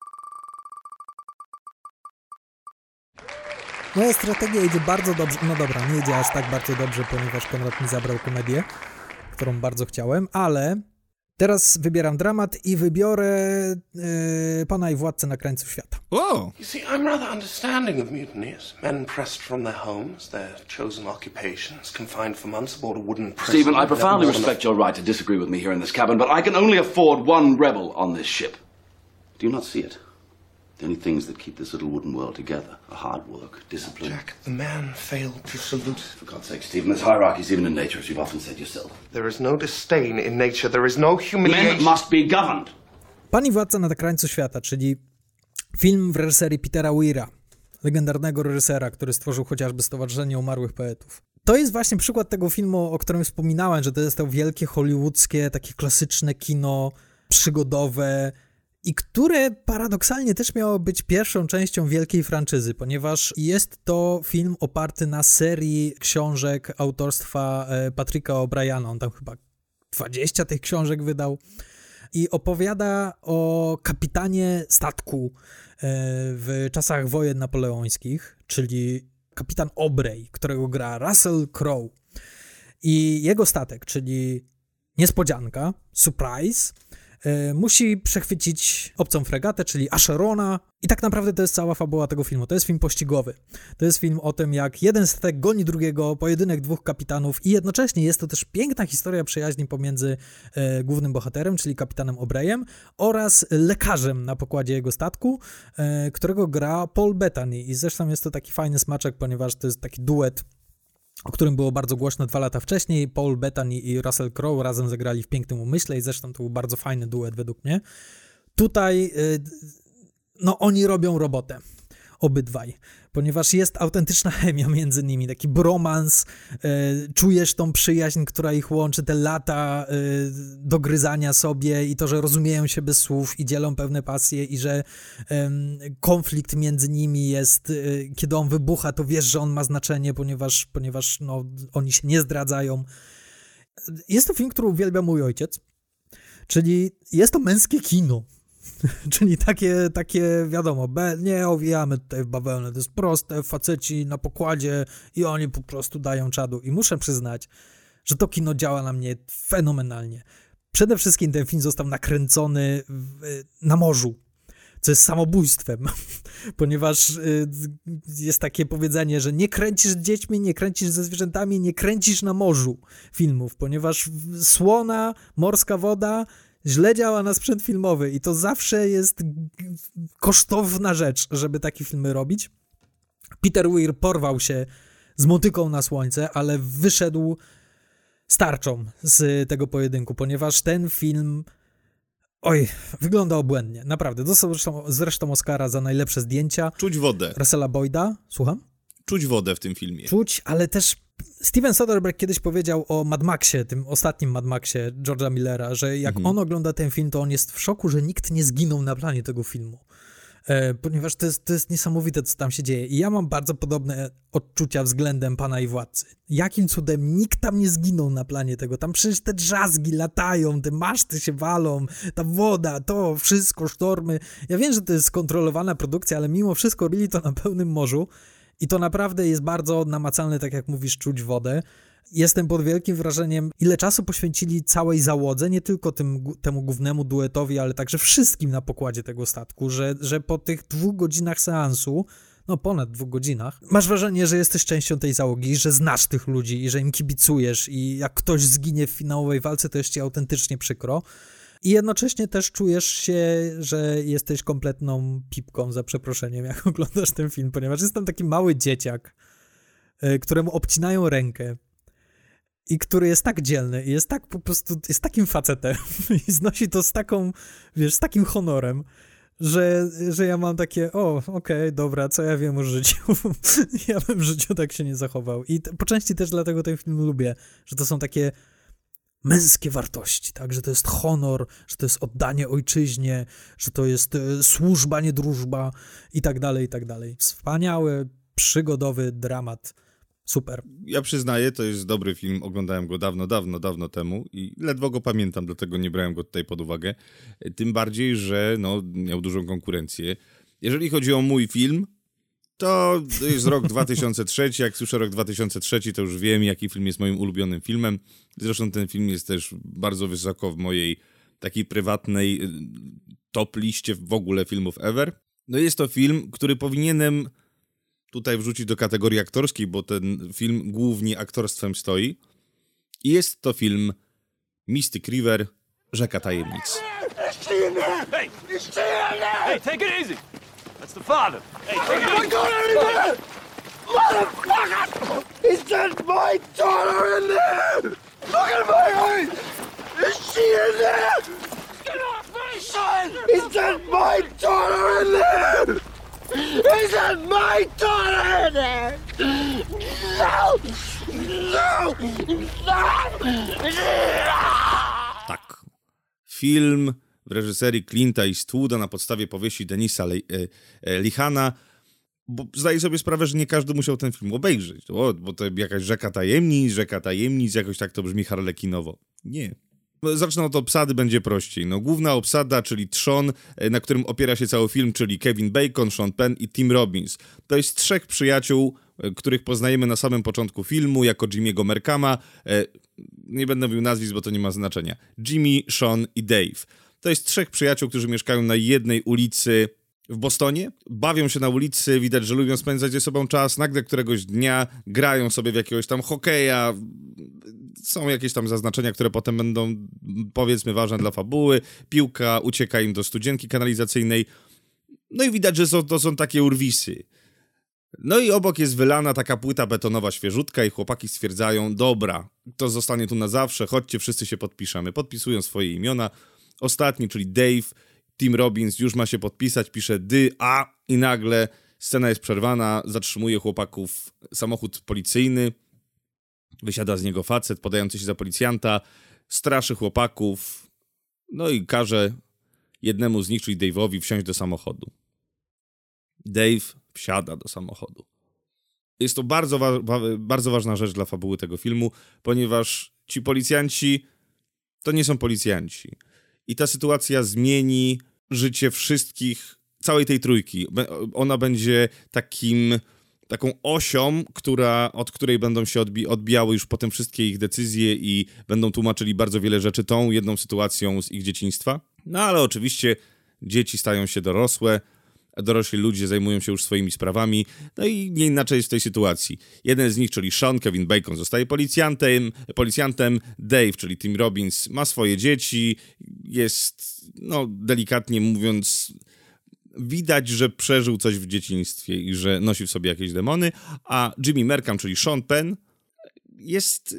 Moja strategia idzie bardzo dobrze, no dobra, nie idzie aż tak bardzo dobrze, ponieważ Konrad mi zabrał komedię, którą bardzo chciałem, ale teraz wybieram dramat i wybiorę yy, Pana i Władcę na krańcu świata. Wow. You see, I'm rather understanding of mutineers. Men pressed from their homes, their chosen occupations, confined for months aboard a wooden prison. Stephen, I profoundly respect your right to disagree with me here in this cabin, but I can only afford one rebel on this ship. Do you not see it? The only things that keep this little wooden world together are hard work, discipline. Jack, the man failed to salute. For God's sake, Stephen, there's hierarchies even in nature, as you've often said yourself. There is no disdain in nature. There is no humiliation. Men must be governed. Pan i Władca na krańcu świata, czyli film w reżyserii Petera Weira, legendarnego reżysera, który stworzył chociażby Stowarzyszenie Umarłych Poetów. To jest właśnie przykład tego filmu, o którym wspominałem, że to jest to wielkie hollywoodzkie, takie klasyczne kino przygodowe, i które paradoksalnie też miało być pierwszą częścią wielkiej franczyzy, ponieważ jest to film oparty na serii książek autorstwa Patricka O'Briana. On tam chyba dwadzieścia tych książek wydał i opowiada o kapitanie statku w czasach wojen napoleońskich, czyli kapitan Aubrey, którego gra Russell Crowe. I jego statek, czyli Niespodzianka, Surprise, musi przechwycić obcą fregatę, czyli Asherona, i tak naprawdę to jest cała fabuła tego filmu. To jest film pościgowy. To jest film o tym, jak jeden statek goni drugiego, pojedynek dwóch kapitanów i jednocześnie jest to też piękna historia przyjaźni pomiędzy e, głównym bohaterem, czyli kapitanem O'Brayem, oraz lekarzem na pokładzie jego statku, e, którego gra Paul Bettany. I zresztą jest to taki fajny smaczek, ponieważ to jest taki duet, o którym było bardzo głośno dwa lata wcześniej. Paul Bettany i Russell Crowe razem zagrali w Pięknym Umyśle i zresztą to był bardzo fajny duet według mnie. Tutaj no oni robią robotę, obydwaj, ponieważ jest autentyczna chemia między nimi, taki bromans, czujesz tą przyjaźń, która ich łączy, te lata dogryzania sobie i to, że rozumieją się bez słów i dzielą pewne pasje i że konflikt między nimi jest, kiedy on wybucha, to wiesz, że on ma znaczenie, ponieważ, ponieważ no, oni się nie zdradzają. Jest to film, który uwielbia mój ojciec, czyli jest to męskie kino. Czyli takie, takie wiadomo, be, nie owijamy tutaj w bawełnę, to jest proste, faceci na pokładzie i oni po prostu dają czadu. I muszę przyznać, że to kino działa na mnie fenomenalnie. Przede wszystkim ten film został nakręcony w, na morzu, co jest samobójstwem, ponieważ jest takie powiedzenie, że nie kręcisz z dziećmi, nie kręcisz ze zwierzętami, nie kręcisz na morzu filmów, ponieważ słona, morska woda źle działa na sprzęt filmowy i to zawsze jest kosztowna rzecz, żeby takie filmy robić. Peter Weir porwał się z motyką na słońce, ale wyszedł starczą z tego pojedynku, ponieważ ten film, oj, wygląda obłędnie, naprawdę. Dostał zresztą, zresztą Oscara za najlepsze zdjęcia. Czuć wodę. Russella Boyda, słucham? Czuć wodę w tym filmie. Czuć, ale też Steven Soderbergh kiedyś powiedział o Mad Maxie, tym ostatnim Mad Maxie George'a Millera, że jak mhm. on ogląda ten film, to on jest w szoku, że nikt nie zginął na planie tego filmu. E, ponieważ to jest, to jest niesamowite, co tam się dzieje. I ja mam bardzo podobne odczucia względem Pana i Władcy. Jakim cudem nikt tam nie zginął na planie tego? Tam przecież te drzazgi latają, te maszty się walą, ta woda, to wszystko, sztormy. Ja wiem, że to jest skontrolowana produkcja, ale mimo wszystko robili to na pełnym morzu. I to naprawdę jest bardzo namacalne, tak jak mówisz, czuć wodę. Jestem pod wielkim wrażeniem, ile czasu poświęcili całej załodze, nie tylko tym, temu głównemu duetowi, ale także wszystkim na pokładzie tego statku, że, że po tych dwóch godzinach seansu, no ponad dwóch godzinach, masz wrażenie, że jesteś częścią tej załogi, że znasz tych ludzi i że im kibicujesz i jak ktoś zginie w finałowej walce, to jest ci autentycznie przykro. I jednocześnie też czujesz się, że jesteś kompletną pipką, za przeproszeniem, jak oglądasz ten film, ponieważ jest tam taki mały dzieciak, któremu obcinają rękę i który jest tak dzielny i jest tak po prostu, jest takim facetem i znosi to z taką, wiesz, z takim honorem, że, że ja mam takie, o, okej, okay, dobra, co ja wiem o życiu. Ja bym w życiu tak się nie zachował. I t- po części też dlatego ten film lubię, że to są takie męskie wartości, tak, że to jest honor, że to jest oddanie ojczyźnie, że to jest e, służba, nie drużba i tak dalej, i tak dalej. Wspaniały, przygodowy dramat. Super. Ja przyznaję, to jest dobry film, oglądałem go dawno, dawno, dawno temu i ledwo go pamiętam, dlatego nie brałem go tutaj pod uwagę. Tym bardziej, że no, miał dużą konkurencję. Jeżeli chodzi o mój film, to to jest rok dwa tysiące trzeci, jak słyszę rok dwa tysiące trzeci, to już wiem, jaki film jest moim ulubionym filmem. Zresztą ten film jest też bardzo wysoko w mojej takiej prywatnej top liście w ogóle filmów ever. No jest to film, który powinienem tutaj wrzucić do kategorii aktorskiej, bo ten film głównie aktorstwem stoi. I jest to film Mystic River, Rzeka Tajemnic. Hey, hey, take it easy. That's the father. Hey, take it easy. There! Motherfucker! Is that my daughter in there? Look at my eyes! Is she in there? Get off me, son! Is that my daughter in there? Is that my daughter in there? No! No! No! Tak. Film w reżyserii Clint'a Eastwooda na podstawie powieści Denisa Le- e, e, Lihana, bo zdaję sobie sprawę, że nie każdy musiał ten film obejrzeć, o, bo to jakaś rzeka tajemnic, rzeka tajemnic, jakoś tak to brzmi harlekinowo. Nie. Zacznę od obsady, będzie prościej. No, główna obsada, czyli trzon, na którym opiera się cały film, czyli Kevin Bacon, Sean Penn i Tim Robbins. To jest trzech przyjaciół, których poznajemy na samym początku filmu, jako Jimmy'ego Merkama. Nie będę mówił nazwisk, bo to nie ma znaczenia. Jimmy, Sean i Dave. To jest trzech przyjaciół, którzy mieszkają na jednej ulicy w Bostonie. Bawią się na ulicy, widać, że lubią spędzać ze sobą czas. Nagle któregoś dnia grają sobie w jakiegoś tam hokeja. Są jakieś tam zaznaczenia, które potem będą, powiedzmy, ważne dla fabuły. Piłka ucieka im do studzienki kanalizacyjnej. No i widać, że są, to są takie urwisy. No i obok jest wylana taka płyta betonowa świeżutka i chłopaki stwierdzają, dobra, to zostanie tu na zawsze, chodźcie, wszyscy się podpiszemy. Podpisują swoje imiona. Ostatni, czyli Dave, Tim Robbins, już ma się podpisać, pisze dy, a i nagle scena jest przerwana, zatrzymuje chłopaków samochód policyjny, wysiada z niego facet podający się za policjanta, straszy chłopaków, no i każe jednemu z nich, czyli Dave'owi, wsiąść do samochodu. Dave wsiada do samochodu. Jest to bardzo, wa- wa- bardzo ważna rzecz dla fabuły tego filmu, ponieważ ci policjanci to nie są policjanci. I ta sytuacja zmieni życie wszystkich, całej tej trójki. Ona będzie takim, taką osią, która, od której będą się odbi- odbijały już potem wszystkie ich decyzje i będą tłumaczyli bardzo wiele rzeczy tą jedną sytuacją z ich dzieciństwa. No ale oczywiście dzieci stają się dorosłe, dorośli ludzie zajmują się już swoimi sprawami, no i nie inaczej jest w tej sytuacji. Jeden z nich, czyli Sean, Kevin Bacon, zostaje policjantem, policjantem, Dave, czyli Tim Robbins, ma swoje dzieci, jest, no delikatnie mówiąc, widać, że przeżył coś w dzieciństwie i że nosi w sobie jakieś demony, a Jimmy Merkam, czyli Sean Penn, jest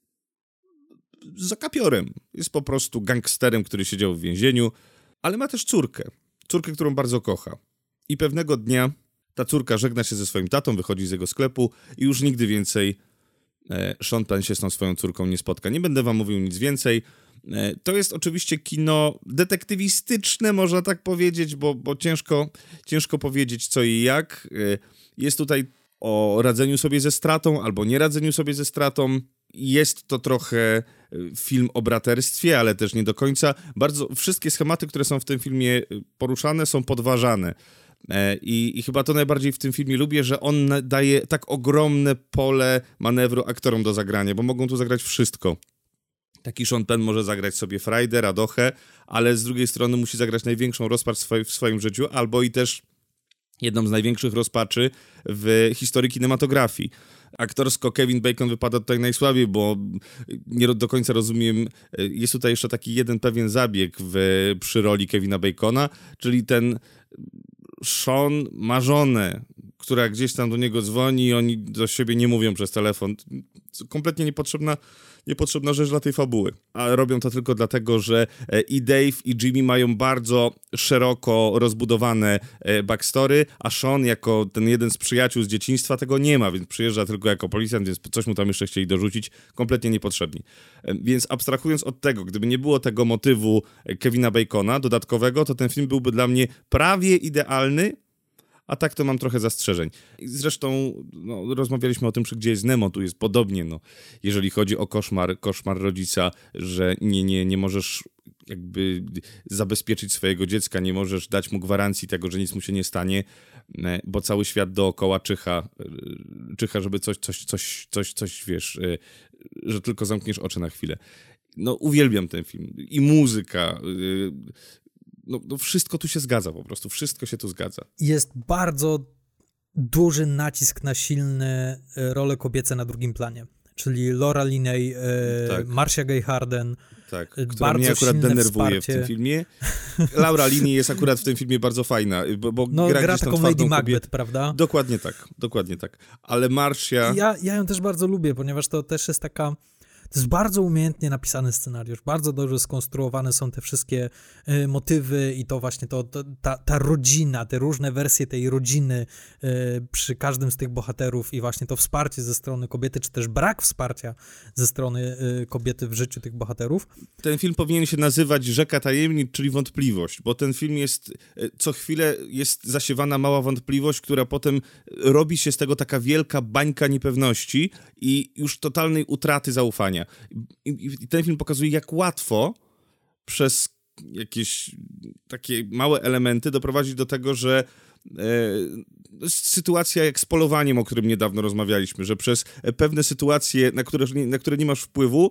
zakapiorem, jest po prostu gangsterem, który siedział w więzieniu, ale ma też córkę, córkę, którą bardzo kocha. I pewnego dnia ta córka żegna się ze swoim tatą, wychodzi z jego sklepu i już nigdy więcej e, Sean Penn się z tą swoją córką nie spotka. Nie będę wam mówił nic więcej. E, to jest oczywiście kino detektywistyczne, można tak powiedzieć, bo, bo ciężko, ciężko powiedzieć co i jak. E, jest tutaj o radzeniu sobie ze stratą albo nie radzeniu sobie ze stratą. Jest to trochę film o braterstwie, ale też nie do końca. Bardzo wszystkie schematy, które są w tym filmie poruszane, są podważane. I, I chyba to najbardziej w tym filmie lubię, że on daje tak ogromne pole manewru aktorom do zagrania, bo mogą tu zagrać wszystko. Taki Sean Penn może zagrać sobie frajdę, radochę, ale z drugiej strony musi zagrać największą rozpacz w swoim życiu, albo i też jedną z największych rozpaczy w historii kinematografii. Aktorsko Kevin Bacon wypada tutaj najsłabiej, bo nie do końca rozumiem, jest tutaj jeszcze taki jeden pewien zabieg w, przy roli Kevina Bacona, czyli ten Sean ma żonę, która gdzieś tam do niego dzwoni i oni do siebie nie mówią przez telefon. Kompletnie niepotrzebna, niepotrzebna rzecz dla tej fabuły. A robią to tylko dlatego, że i Dave, i Jimmy mają bardzo szeroko rozbudowane backstory, a Sean jako ten jeden z przyjaciół z dzieciństwa tego nie ma, więc przyjeżdża tylko jako policjant, więc coś mu tam jeszcze chcieli dorzucić. Kompletnie niepotrzebni. Więc abstrahując od tego, gdyby nie było tego motywu Kevina Bacona dodatkowego, to ten film byłby dla mnie prawie idealny, a tak to mam trochę zastrzeżeń. Zresztą no, rozmawialiśmy o tym, przy Gdzie jest Nemo, tu jest podobnie, no, jeżeli chodzi o koszmar, koszmar rodzica, że nie, nie, nie możesz jakby zabezpieczyć swojego dziecka, nie możesz dać mu gwarancji tego, że nic mu się nie stanie, bo cały świat dookoła czyha, czyha, żeby coś, coś, coś, coś, coś, wiesz, że tylko zamkniesz oczy na chwilę. No, uwielbiam ten film. I muzyka, No, no wszystko tu się zgadza po prostu, wszystko się tu zgadza. Jest bardzo duży nacisk na silne role kobiece na drugim planie, czyli Laura Linney, tak. Marcia Gay Harden. Tak, która mnie akurat denerwuje wsparcie. w tym filmie. Laura Linney jest akurat w tym filmie bardzo fajna, bo, bo no, gra, gra taką Lady Macbeth, kobietę. Prawda? Dokładnie tak, dokładnie tak. Ale Marcia... Ja, ja ją też bardzo lubię, ponieważ to też jest taka... To jest bardzo umiejętnie napisany scenariusz, bardzo dobrze skonstruowane są te wszystkie y, motywy i to właśnie to, to, ta, ta rodzina, te różne wersje tej rodziny y, przy każdym z tych bohaterów i właśnie to wsparcie ze strony kobiety, czy też brak wsparcia ze strony y, kobiety w życiu tych bohaterów. Ten film powinien się nazywać Rzeka Tajemnic, czyli Wątpliwość, bo ten film jest, co chwilę jest zasiewana mała wątpliwość, która potem robi się z tego taka wielka bańka niepewności i już totalnej utraty zaufania. I, I ten film pokazuje, jak łatwo przez jakieś takie małe elementy doprowadzić do tego, że e, sytuacja jak z polowaniem, o którym niedawno rozmawialiśmy, że przez pewne sytuacje, na które, na które nie masz wpływu,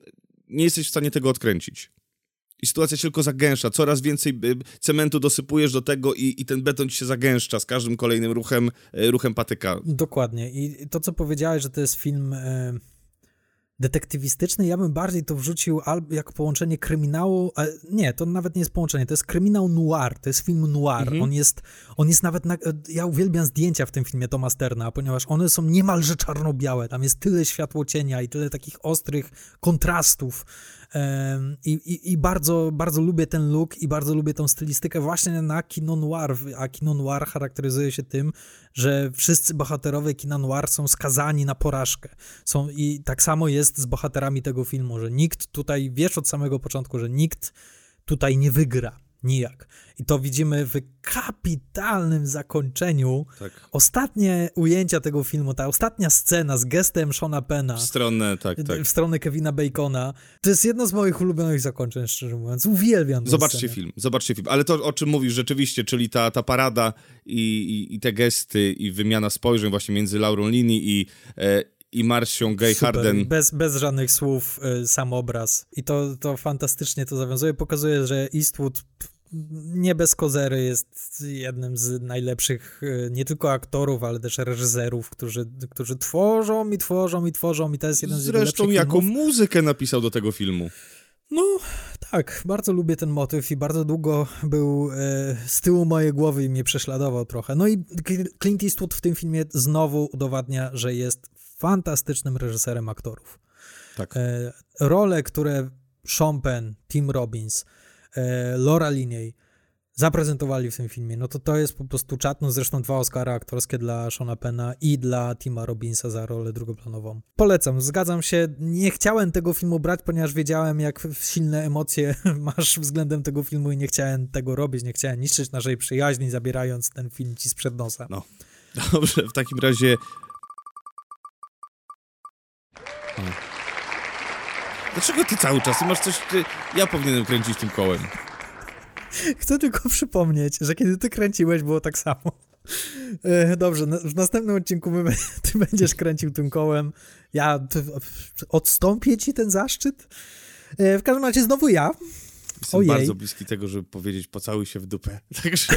nie jesteś w stanie tego odkręcić. I sytuacja się tylko zagęszcza. Coraz więcej cementu dosypujesz do tego i, i ten beton ci się zagęszcza z każdym kolejnym ruchem, ruchem patyka. Dokładnie. I to, co powiedziałeś, że to jest film... E... detektywistyczny, ja bym bardziej to wrzucił albo jako połączenie kryminału, a nie, to nawet nie jest połączenie, to jest kryminał noir, to jest film noir, mhm. on jest, on jest nawet, na, ja uwielbiam zdjęcia w tym filmie Toma Sterna, ponieważ one są niemalże czarno-białe, tam jest tyle światłocienia i tyle takich ostrych kontrastów um, i, i, i bardzo, bardzo lubię ten look i bardzo lubię tą stylistykę właśnie na kino noir, a kino noir charakteryzuje się tym, że wszyscy bohaterowie kina noir są skazani na porażkę. Są, i tak samo jest z bohaterami tego filmu, że nikt tutaj, wiesz od samego początku, że nikt tutaj nie wygra. Nijak. I to widzimy w kapitalnym zakończeniu. Tak. Ostatnie ujęcia tego filmu, ta ostatnia scena z gestem Seana Penna. W stronę, tak, tak. W stronę Kevina Bacona. To jest jedno z moich ulubionych zakończeń, szczerze mówiąc. Uwielbiam tę Zobaczcie scenę. film, zobaczcie film. Ale to, o czym mówisz rzeczywiście, czyli ta, ta parada i, i, i te gesty i wymiana spojrzeń właśnie między Laurą Linney i... E, i Marcią Gay Super. Harden. Bez, bez żadnych słów, y, sam obraz. I to, to fantastycznie to zawiązuje. Pokazuje, że Eastwood nie bez kozery jest jednym z najlepszych y, nie tylko aktorów, ale też reżyserów, którzy, którzy tworzą i tworzą i tworzą i to jest jeden z jego lepszych Zresztą jaką filmów. muzykę napisał do tego filmu. No tak, bardzo lubię ten motyw i bardzo długo był e, z tyłu mojej głowy i mnie prześladował trochę. No i Clint Eastwood w tym filmie znowu udowadnia, że jest fantastycznym reżyserem aktorów. Tak. E, role, które Sean Penn, Tim Robbins, e, Laura Linney zaprezentowali w tym filmie, no to to jest po prostu czat, no zresztą dwa Oscary aktorskie dla Seana Penna i dla Tima Robbinsa za rolę drugoplanową. Polecam, zgadzam się, nie chciałem tego filmu brać, ponieważ wiedziałem, jak silne emocje masz względem tego filmu i nie chciałem tego robić, nie chciałem niszczyć naszej przyjaźni, zabierając ten film ci sprzed nosa. No, dobrze, w takim razie... O. Dlaczego ty cały czas? Ty masz coś... Ty... Ja powinienem kręcić tym kołem. Chcę tylko przypomnieć, że kiedy ty kręciłeś, było tak samo. E, dobrze, na, w następnym odcinku my, ty będziesz kręcił tym kołem. Ja ty, odstąpię ci ten zaszczyt. E, w każdym razie znowu ja. Jestem Ojej. bardzo bliski tego, żeby powiedzieć pocałuj się w dupę. Także...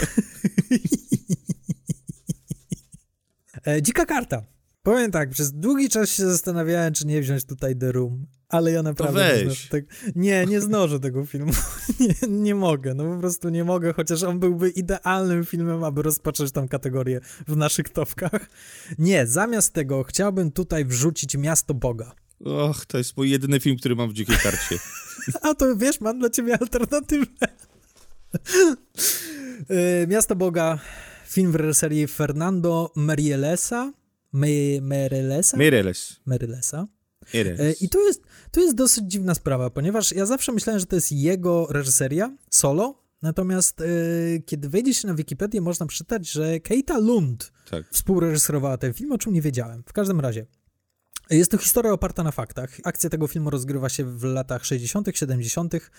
e, dzika karta. Powiem tak, przez długi czas się zastanawiałem, czy nie wziąć tutaj The Room, Ale ja naprawdę weź. nie znoszę tego. Nie, nie znoszę tego filmu. Nie, nie mogę, no po prostu nie mogę, chociaż on byłby idealnym filmem, aby rozpocząć tą kategorię w naszych topkach. Nie, zamiast tego chciałbym tutaj wrzucić Miasto Boga. Och, to jest mój jedyny film, który mam w dzikiej karcie. A to wiesz, mam dla ciebie alternatywę. Miasto Boga, film w reżyserii Fernando Meirellesa. Me- Meirellesa? Meirelles. Meirellesa. Meirelles. I tu jest, tu jest dosyć dziwna sprawa, ponieważ ja zawsze myślałem, że to jest jego reżyseria, solo, natomiast y, kiedy wejdzie się na Wikipedię, można przeczytać, że Keita Lund tak. współreżyserowała ten film, o czym nie wiedziałem. W każdym razie, jest to historia oparta na faktach. Akcja tego filmu rozgrywa się w latach sześćdziesiątych, siedemdziesiątych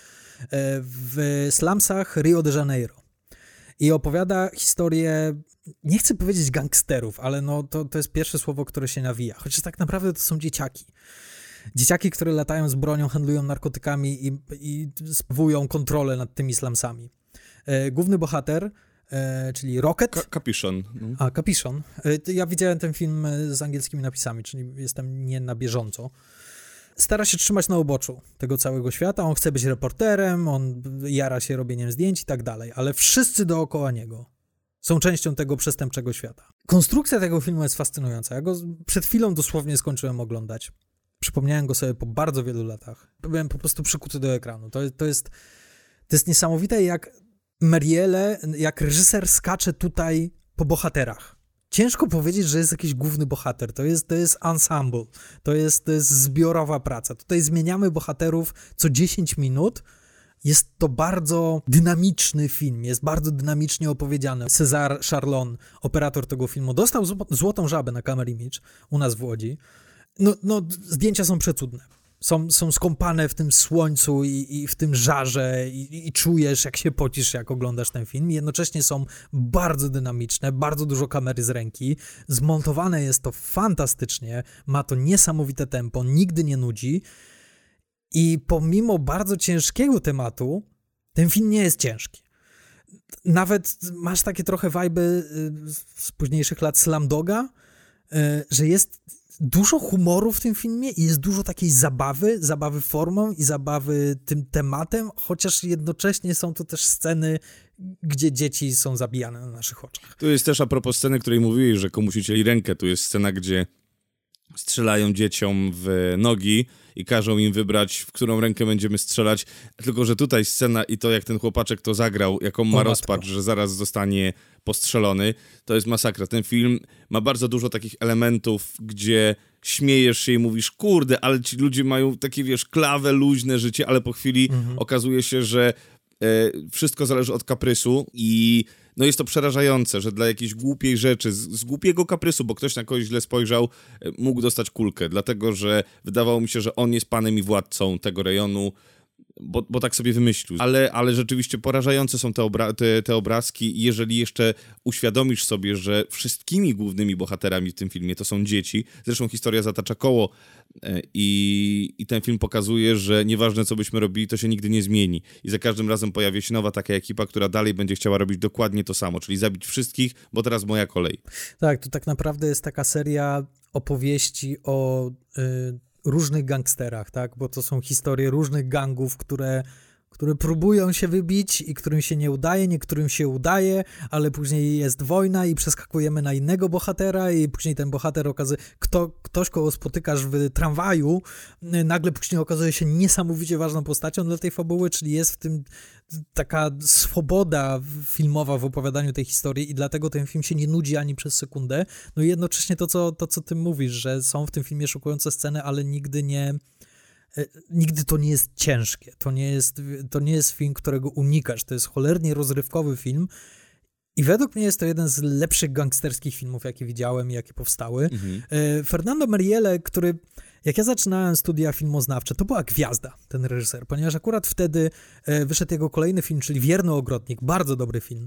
w slumsach Rio de Janeiro. I opowiada historię, nie chcę powiedzieć gangsterów, ale no to, to jest pierwsze słowo, które się nawija. Chociaż tak naprawdę to są dzieciaki. Dzieciaki, które latają z bronią, handlują narkotykami i, i sprawują kontrolę nad tymi slumsami. E, główny bohater, e, czyli Rocket. Ka- Capiszon. No. A, Capiszon. E, ja widziałem ten film z angielskimi napisami, czyli jestem nie na bieżąco. Stara się trzymać na uboczu tego całego świata, on chce być reporterem, on jara się robieniem zdjęć i tak dalej, ale wszyscy dookoła niego są częścią tego przestępczego świata. Konstrukcja tego filmu jest fascynująca. Ja go przed chwilą dosłownie skończyłem oglądać. Przypomniałem go sobie po bardzo wielu latach. Byłem po prostu przykuty do ekranu. To, to, jest, to jest niesamowite, jak Meirelles, jak reżyser skacze tutaj po bohaterach. Ciężko powiedzieć, że jest jakiś główny bohater. To jest, to jest ensemble. To jest, to jest zbiorowa praca. Tutaj zmieniamy bohaterów co dziesięć minut. Jest to bardzo dynamiczny film. Jest bardzo dynamicznie opowiedziany. César Charlon, operator tego filmu, dostał złotą żabę na Camera Image u nas w Łodzi. No, no zdjęcia są przecudne. Są, są skąpane w tym słońcu i, i w tym żarze i, i czujesz, jak się pocisz, jak oglądasz ten film. Jednocześnie są bardzo dynamiczne, bardzo dużo kamery z ręki. Zmontowane jest to fantastycznie, ma to niesamowite tempo, nigdy nie nudzi. I pomimo bardzo ciężkiego tematu, ten film nie jest ciężki. Nawet masz takie trochę wajby z późniejszych lat Slumdoga, że jest dużo humoru w tym filmie i jest dużo takiej zabawy, zabawy formą i zabawy tym tematem, chociaż jednocześnie są to też sceny, gdzie dzieci są zabijane na naszych oczach. Tu jest też a propos sceny, której mówiłeś, że komuś ucięli rękę, tu jest scena, gdzie strzelają dzieciom w nogi i każą im wybrać, w którą rękę będziemy strzelać, tylko że tutaj scena i to, jak ten chłopaczek to zagrał, jaką ma rozpacz, że zaraz zostanie postrzelony, to jest masakra. Ten film ma bardzo dużo takich elementów, gdzie śmiejesz się i mówisz, kurde, ale ci ludzie mają takie, wiesz, klawe, luźne życie, ale po chwili mhm. okazuje się, że e, wszystko zależy od kaprysu i no jest to przerażające, że dla jakiejś głupiej rzeczy, z, z głupiego kaprysu, bo ktoś na kogoś źle spojrzał, mógł dostać kulkę, dlatego, że wydawało mi się, że on jest panem i władcą tego rejonu, bo, bo tak sobie wymyślił. Ale, ale rzeczywiście porażające są te, obra- te, te obrazki i jeżeli jeszcze uświadomisz sobie, że wszystkimi głównymi bohaterami w tym filmie to są dzieci, zresztą historia zatacza koło i, i ten film pokazuje, że nieważne co byśmy robili, to się nigdy nie zmieni i za każdym razem pojawia się nowa taka ekipa, która dalej będzie chciała robić dokładnie to samo, czyli zabić wszystkich, bo teraz moja kolej. Tak, to tak naprawdę jest taka seria opowieści o y, różnych gangsterach, tak, bo to są historie różnych gangów, które, które próbują się wybić i którym się nie udaje, niektórym się udaje, ale później jest wojna i przeskakujemy na innego bohatera i później ten bohater okazuje, kto, ktoś, kogo spotykasz w tramwaju, nagle później okazuje się niesamowicie ważną postacią dla tej fabuły, czyli jest w tym taka swoboda filmowa w opowiadaniu tej historii i dlatego ten film się nie nudzi ani przez sekundę. No i jednocześnie to, co, to, co ty mówisz, że są w tym filmie szokujące sceny, ale nigdy nie nigdy to nie jest ciężkie. To nie jest, to nie jest film, którego unikasz. To jest cholernie rozrywkowy film i według mnie jest to jeden z lepszych gangsterskich filmów, jakie widziałem i jakie powstały. Mhm. Fernando Meirelles, który jak ja zaczynałem studia filmoznawcze, to była gwiazda, ten reżyser, ponieważ akurat wtedy wyszedł jego kolejny film, czyli Wierny Ogrodnik, bardzo dobry film,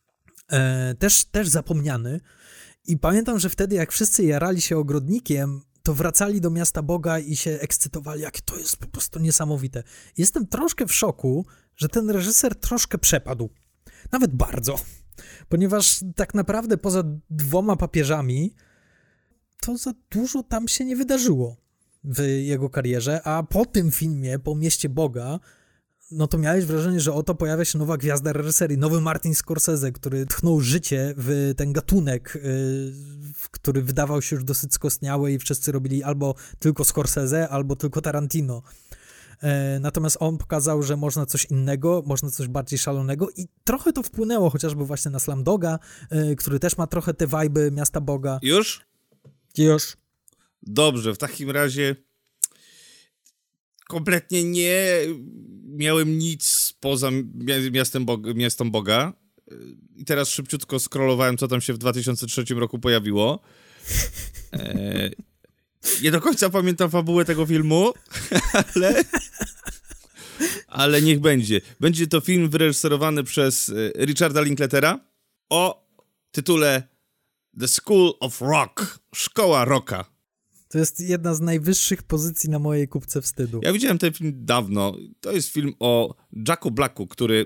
też, też zapomniany i pamiętam, że wtedy jak wszyscy jarali się Ogrodnikiem, to wracali do Miasta Boga i się ekscytowali, jakie to jest po prostu niesamowite. Jestem troszkę w szoku, że ten reżyser troszkę przepadł. Nawet bardzo. Ponieważ tak naprawdę poza dwoma papieżami to za dużo tam się nie wydarzyło. w jego karierze, a po tym filmie, po Mieście Boga, no to miałeś wrażenie, że oto pojawia się nowa gwiazda reżyserii, nowy Martin Scorsese, który tchnął życie w ten gatunek, yy, który wydawał się już dosyć skostniały i wszyscy robili albo tylko Scorsese, albo tylko Tarantino. Yy, natomiast on pokazał, że można coś innego, można coś bardziej szalonego i trochę to wpłynęło chociażby właśnie na Slumdoga, yy, który też ma trochę te vibe'y Miasta Boga. Już? Już. Dobrze, w takim razie kompletnie nie miałem nic poza miastem Boga, miastem Boga. I teraz szybciutko scrollowałem, co tam się w dwa tysiące trzecim roku pojawiło. E, nie do końca pamiętam fabułę tego filmu, ale, ale niech będzie. Będzie to film wyreżyserowany przez Richarda Linklatera o tytule The School of Rock. Szkoła Rocka. To jest jedna z najwyższych pozycji na mojej kubce wstydu. Ja widziałem ten film dawno. To jest film o Jacku Blacku, który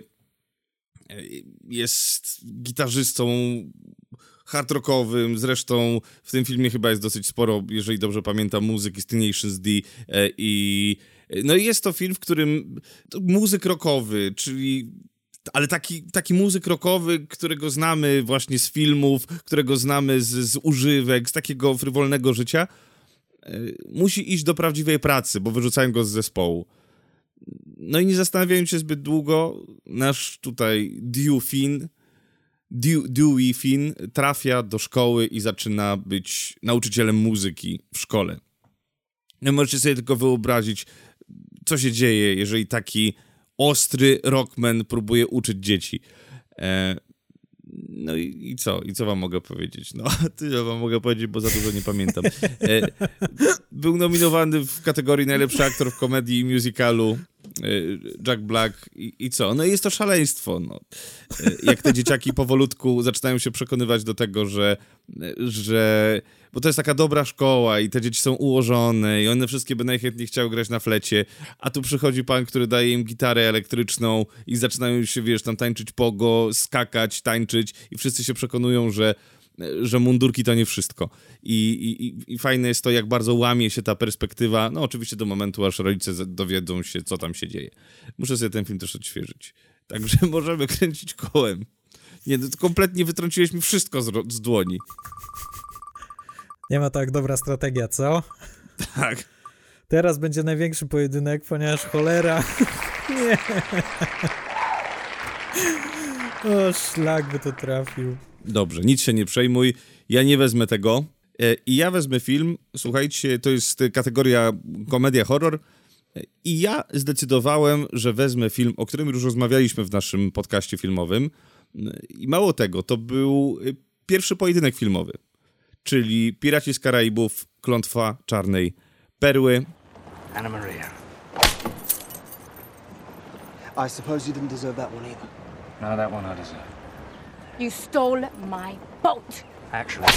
jest gitarzystą hard rockowym. Zresztą w tym filmie chyba jest dosyć sporo, jeżeli dobrze pamiętam, muzyki z Tenacious D. I no i jest to film, w którym muzyk rockowy, czyli ale taki, taki muzyk rockowy, którego znamy właśnie z filmów, którego znamy z, z używek, z takiego frywolnego życia, musi iść do prawdziwej pracy, bo wyrzucają go z zespołu. No i nie zastanawiając się zbyt długo, nasz tutaj Dewey Finn, Dewey Finn trafia do szkoły i zaczyna być nauczycielem muzyki w szkole. No możecie sobie tylko wyobrazić, co się dzieje, jeżeli taki ostry rockman próbuje uczyć dzieci. E, no i, i co? I co wam mogę powiedzieć? No, tyle wam mogę powiedzieć, bo za dużo nie pamiętam. E, był nominowany w kategorii najlepszy aktor w komedii i musicalu e, Jack Black i, i co? No i jest to szaleństwo. No. E, jak te dzieciaki powolutku zaczynają się przekonywać do tego, że, że bo to jest taka dobra szkoła i te dzieci są ułożone i one wszystkie by najchętniej chciały grać na flecie, a tu przychodzi pan, który daje im gitarę elektryczną i zaczynają się, wiesz, tam tańczyć pogo, skakać, tańczyć i wszyscy się przekonują, że, że mundurki to nie wszystko. I, i, I fajne jest to, jak bardzo łamie się ta perspektywa, no oczywiście do momentu, aż rodzice dowiedzą się, co tam się dzieje. Muszę sobie ten film też odświeżyć. Także możemy kręcić kołem. Nie, no, kompletnie wytrąciłeś mi wszystko z, z dłoni. Nie ma tak dobra strategia, co? Tak. Teraz będzie największy pojedynek, ponieważ cholera... Nie. O, szlak by to trafił. Dobrze, nic się nie przejmuj. Ja nie wezmę tego. E, I ja wezmę film, słuchajcie, to jest kategoria komedia, horror. E, I ja zdecydowałem, że wezmę film, o którym już rozmawialiśmy w naszym podcaście filmowym. E, I mało tego, to był pierwszy pojedynek filmowy. Czyli Piraci z Karaibów, Klątwa Czarnej Perły. Anna Maria. I suppose you didn't deserve that one either. No, that one I deserve. You stole my boat. Actually,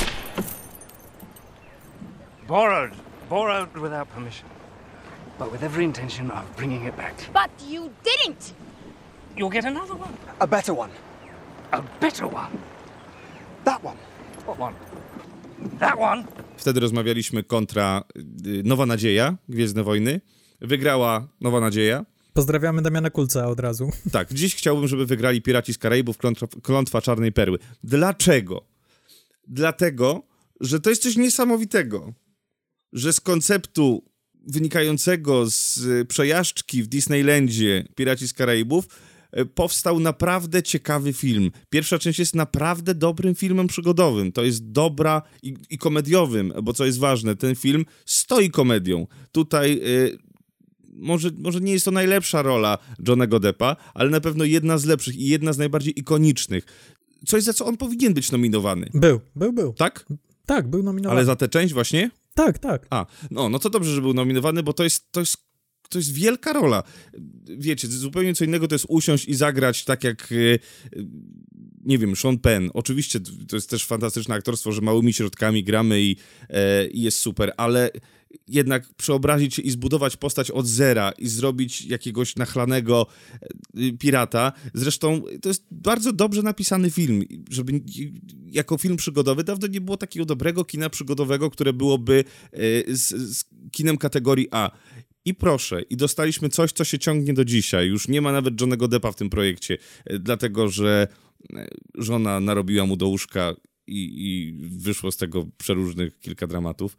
borrowed, borrowed without permission, but with every intention of bringing it back. But you didn't. You'll get another one. A better one. A better one. That one. What one? That one. Wtedy rozmawialiśmy kontra y, Nowa Nadzieja, Gwiezdne Wojny. Wygrała Nowa Nadzieja. Pozdrawiamy Damiana Kulca od razu. Tak, dziś chciałbym, żeby wygrali Piraci z Karaibów, Klątwa, Klątwa Czarnej Perły. Dlaczego? Dlatego, że to jest coś niesamowitego. Że z konceptu wynikającego z przejażdżki w Disneylandzie Piraci z Karaibów powstał naprawdę ciekawy film. Pierwsza część jest naprawdę dobrym filmem przygodowym. To jest dobra i, i komediowym, bo co jest ważne, ten film stoi komedią. Tutaj y, może, może nie jest to najlepsza rola Johnnego Deppa, ale na pewno jedna z lepszych i jedna z najbardziej ikonicznych. Coś, za co on powinien być nominowany. Był, był, był. Tak? Tak, był nominowany. Ale za tę część właśnie? Tak, tak. A, no, no to dobrze, że był nominowany, bo to jest, to jest To jest wielka rola. Wiecie, zupełnie co innego to jest usiąść i zagrać tak jak, nie wiem, Sean Penn. Oczywiście to jest też fantastyczne aktorstwo, że małymi środkami gramy i, e, i jest super, ale jednak przeobrazić się i zbudować postać od zera i zrobić jakiegoś nachlanego pirata. Zresztą to jest bardzo dobrze napisany film, żeby jako film przygodowy dawno nie było takiego dobrego kina przygodowego, które byłoby z, z kinem kategorii A. I proszę, i dostaliśmy coś, co się ciągnie do dzisiaj. Już nie ma nawet Johnnego Deppa w tym projekcie, dlatego że żona narobiła mu do łóżka i, i wyszło z tego przeróżnych kilka dramatów.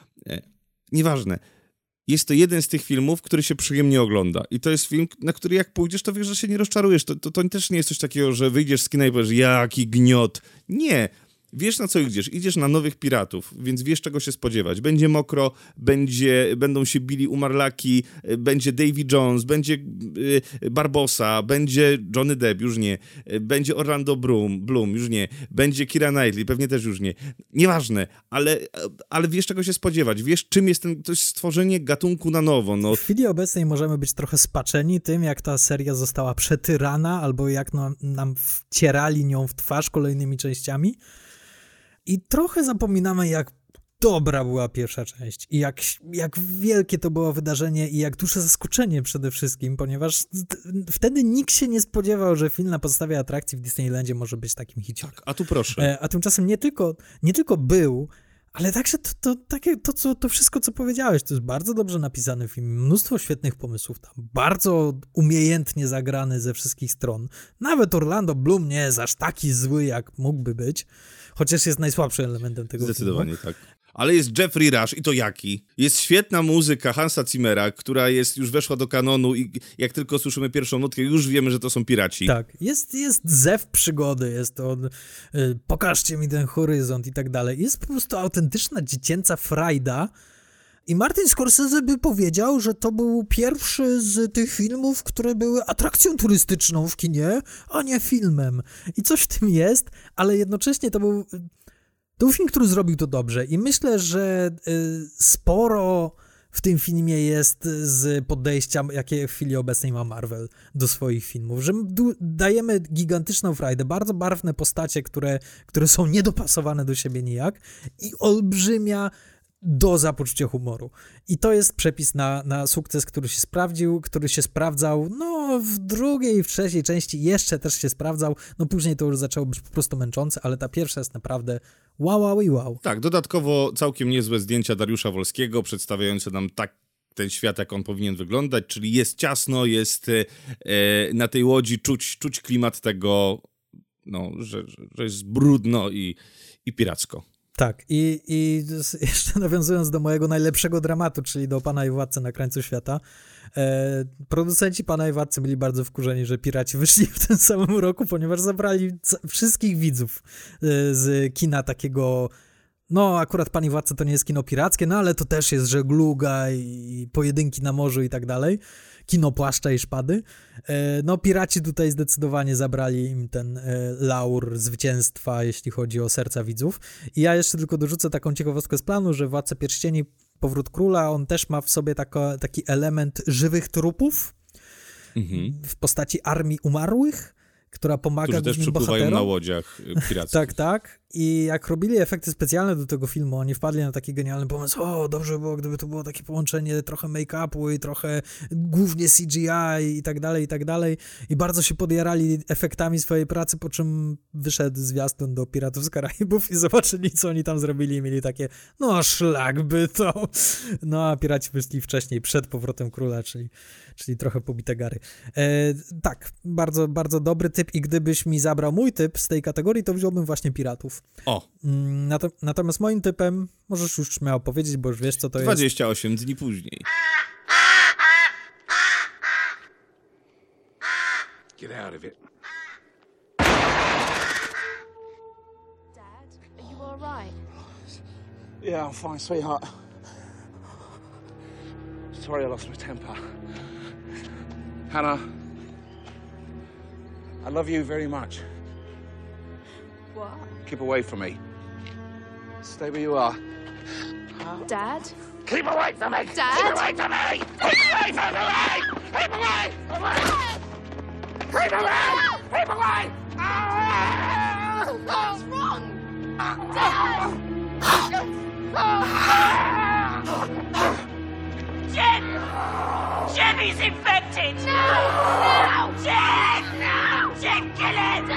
Nieważne. Jest to jeden z tych filmów, który się przyjemnie ogląda. I to jest film, na który jak pójdziesz, to wiesz, że się nie rozczarujesz. To, to, to też nie jest coś takiego, że wyjdziesz z kina i powiesz, jaki gniot. Nie. Wiesz, na co idziesz. Idziesz na nowych piratów, więc wiesz, czego się spodziewać. Będzie mokro, będzie, będą się bili umarlaki, będzie Davy Jones, będzie y, Barbossa, będzie Johnny Depp, już nie. Będzie Orlando Bloom, Bloom, już nie. Będzie Keira Knightley, pewnie też już nie. Nieważne, ale, ale wiesz, czego się spodziewać. Wiesz, czym jest ten, to jest stworzenie gatunku na nowo. No. W chwili obecnej możemy być trochę spaczeni tym, jak ta seria została przetyrana, albo jak no, nam wcierali nią w twarz kolejnymi częściami. I trochę zapominamy, jak dobra była pierwsza część i jak, jak wielkie to było wydarzenie i jak duże zaskoczenie przede wszystkim, ponieważ wtedy nikt się nie spodziewał, że film na podstawie atrakcji w Disneylandzie może być takim hiciorem. Tak, a tu proszę. A tymczasem nie tylko, nie tylko był, ale także to, to, takie, to, co, to wszystko, co powiedziałeś, to jest bardzo dobrze napisany film, mnóstwo świetnych pomysłów tam, bardzo umiejętnie zagrany ze wszystkich stron. Nawet Orlando Bloom nie jest aż taki zły, jak mógłby być, chociaż jest najsłabszym elementem tego Zdecydowanie filmu. tak. Ale jest Jeffrey Rush i to jaki? Jest świetna muzyka Hansa Zimmera, która jest, już weszła do kanonu i jak tylko słyszymy pierwszą nutkę, już wiemy, że to są piraci. Tak, jest, jest zew przygody, jest to y, pokażcie mi ten horyzont i tak dalej. Jest po prostu autentyczna dziecięca frajda i Martin Scorsese by powiedział, że to był pierwszy z tych filmów, które były atrakcją turystyczną w kinie, a nie filmem. I coś w tym jest, ale jednocześnie to był... To był film, który zrobił to dobrze i myślę, że y, sporo w tym filmie jest z podejścia, jakie w chwili obecnej ma Marvel do swoich filmów, że dajemy gigantyczną frajdę, bardzo barwne postacie, które, które są niedopasowane do siebie nijak i olbrzymia doza poczucia humoru. I to jest przepis na, na sukces, który się sprawdził, który się sprawdzał, no w drugiej, w trzeciej części jeszcze też się sprawdzał, no później to już zaczęło być po prostu męczące, ale ta pierwsza jest naprawdę wow, wow i wow. Tak, dodatkowo całkiem niezłe zdjęcia Dariusza Wolskiego, przedstawiające nam tak ten świat, jak on powinien wyglądać, czyli jest ciasno, jest e, na tej łodzi czuć, czuć klimat tego, no, że, że jest brudno i, i piracko. Tak, i, i jeszcze nawiązując do mojego najlepszego dramatu, czyli do Pana i Władcy na krańcu świata, e, producenci Pana i Władcy byli bardzo wkurzeni, że piraci wyszli w tym samym roku, ponieważ zabrali c- wszystkich widzów e, z kina takiego, no akurat Pan i Władca to nie jest kino pirackie, no ale to też jest żegluga i pojedynki na morzu i tak dalej. Kino płaszcza i szpady. No piraci tutaj zdecydowanie zabrali im ten laur zwycięstwa, jeśli chodzi o serca widzów. I ja jeszcze tylko dorzucę taką ciekawostkę z planu, że Władca Pierścieni, Powrót Króla, on też ma w sobie tako, taki element żywych trupów mhm. w postaci armii umarłych, która pomaga Którzy też przypływają bohaterom. na łodziach pirackich. Tak, tak. I jak robili efekty specjalne do tego filmu, oni wpadli na taki genialny pomysł, o, dobrze by było, gdyby to było takie połączenie trochę make-upu i trochę głównie C G I i tak dalej, i tak dalej. I bardzo się podjarali efektami swojej pracy, po czym wyszedł zwiastun do Piratów z Karaibów i zobaczyli, co oni tam zrobili i mieli takie, no szlak by to. No a piraci wyszli wcześniej, przed Powrotem Króla, czyli, czyli trochę pobite gary. E, tak, bardzo, bardzo dobry typ i gdybyś mi zabrał mój typ z tej kategorii, to wziąłbym właśnie Piratów. O. Nato- natomiast moim typem, możesz już śmiało powiedzieć, bo już wiesz, co to jest. dwadzieścia osiem dni później. Get out of it. Dad, are you all right? Yeah, I'm fine, sweetheart. Sorry I lost my temper. Hannah, I love you very much. What? Keep away from me. Stay where you are. Dad? Keep away from me! Dad? Keep away from me! Keep away from me! Keep away! Away! Keep away! Keep away! What's wrong? Dad! Jen! Jen is infected! No! No! Jen! No! Jen, kill it!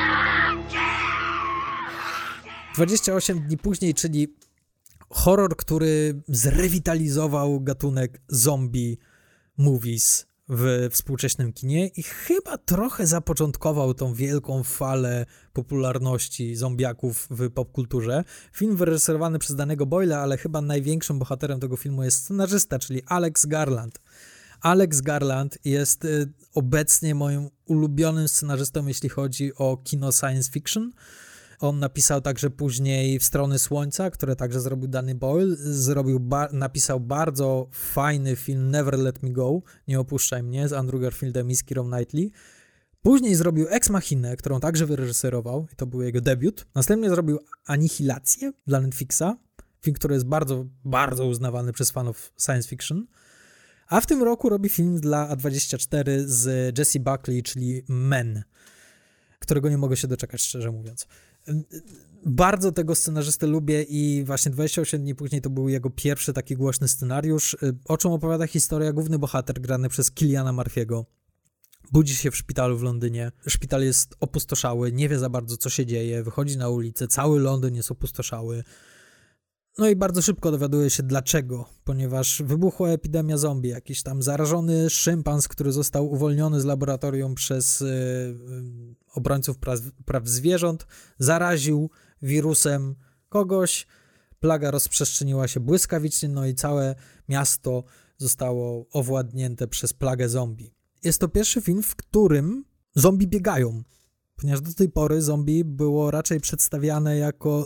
dwadzieścia osiem dni później, czyli horror, który zrewitalizował gatunek zombie movies w współczesnym kinie i chyba trochę zapoczątkował tą wielką falę popularności zombiaków w popkulturze. Film wyreżyserowany przez Danny'ego Boyle'a, ale chyba największym bohaterem tego filmu jest scenarzysta, czyli Alex Garland. Alex Garland jest y, obecnie moim ulubionym scenarzystą, jeśli chodzi o kino science fiction. On napisał także później W Strony Słońca, które także zrobił Danny Boyle. Zrobił ba- napisał bardzo fajny film Never Let Me Go, Nie opuszczaj mnie, z Andrew Garfieldem i z Keirą Knightley. Później zrobił Ex Machinę, którą także wyreżyserował i to był jego debiut. Następnie zrobił Anihilację dla Netflixa, film, który jest bardzo, bardzo uznawany przez fanów science fiction. A w tym roku robi film dla A dwadzieścia cztery z Jessie Buckley, czyli Men, którego nie mogę się doczekać, szczerze mówiąc. Bardzo tego scenarzystę lubię i właśnie dwadzieścia osiem dni później to był jego pierwszy taki głośny scenariusz, o czym opowiada historia główny bohater grany przez Cilliyana Murphy'ego. Budzi się w szpitalu w Londynie, szpital jest opustoszały, nie wie za bardzo co się dzieje, wychodzi na ulicę, cały Londyn jest opustoszały. No i bardzo szybko dowiaduje się dlaczego, ponieważ wybuchła epidemia zombie, jakiś tam zarażony szympans, który został uwolniony z laboratorium przez yy, obrońców praw, praw zwierząt, zaraził wirusem kogoś, plaga rozprzestrzeniła się błyskawicznie, no i całe miasto zostało owładnięte przez plagę zombie. Jest to pierwszy film, w którym zombie biegają, ponieważ do tej pory zombie było raczej przedstawiane jako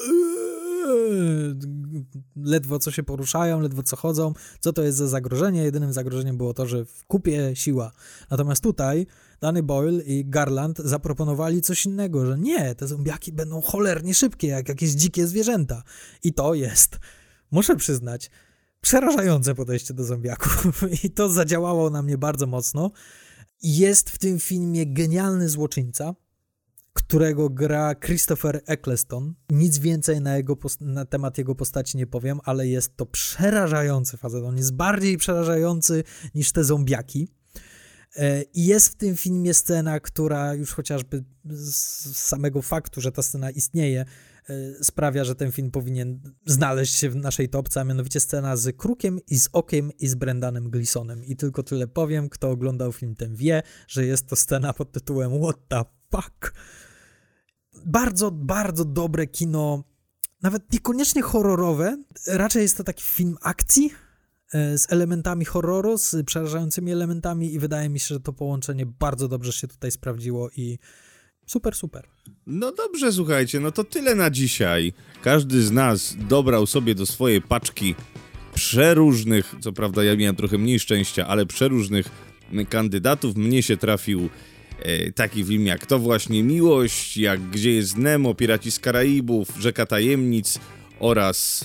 ledwo co się poruszają, ledwo co chodzą, co to jest za zagrożenie. Jedynym zagrożeniem było to, że w kupie siła. Natomiast tutaj Danny Boyle i Garland zaproponowali coś innego, że nie, te zombiaki będą cholernie szybkie, jak jakieś dzikie zwierzęta. I to jest, muszę przyznać, przerażające podejście do zombiaków. I to zadziałało na mnie bardzo mocno. Jest w tym filmie genialny złoczyńca, którego gra Christopher Eccleston. Nic więcej na, jego post- na temat jego postaci nie powiem, ale jest to przerażający facet. On jest bardziej przerażający niż te zombiaki. I jest w tym filmie scena, która już chociażby z samego faktu, że ta scena istnieje, sprawia, że ten film powinien znaleźć się w naszej topce, a mianowicie scena z Krukiem i z Okiem i z Brendanem Gleesonem. I tylko tyle powiem, kto oglądał film, ten wie, że jest to scena pod tytułem What the fuck? Bardzo, bardzo dobre kino, nawet niekoniecznie horrorowe, raczej jest to taki film akcji z elementami horroru, z przerażającymi elementami i wydaje mi się, że to połączenie bardzo dobrze się tutaj sprawdziło i super, super. No dobrze, słuchajcie, no to tyle na dzisiaj. Każdy z nas dobrał sobie do swojej paczki przeróżnych, co prawda ja miałem trochę mniej szczęścia, ale przeróżnych kandydatów. Mnie się trafił e, taki film jak To właśnie miłość, jak Gdzie jest Nemo, Piraci z Karaibów, Rzeka Tajemnic oraz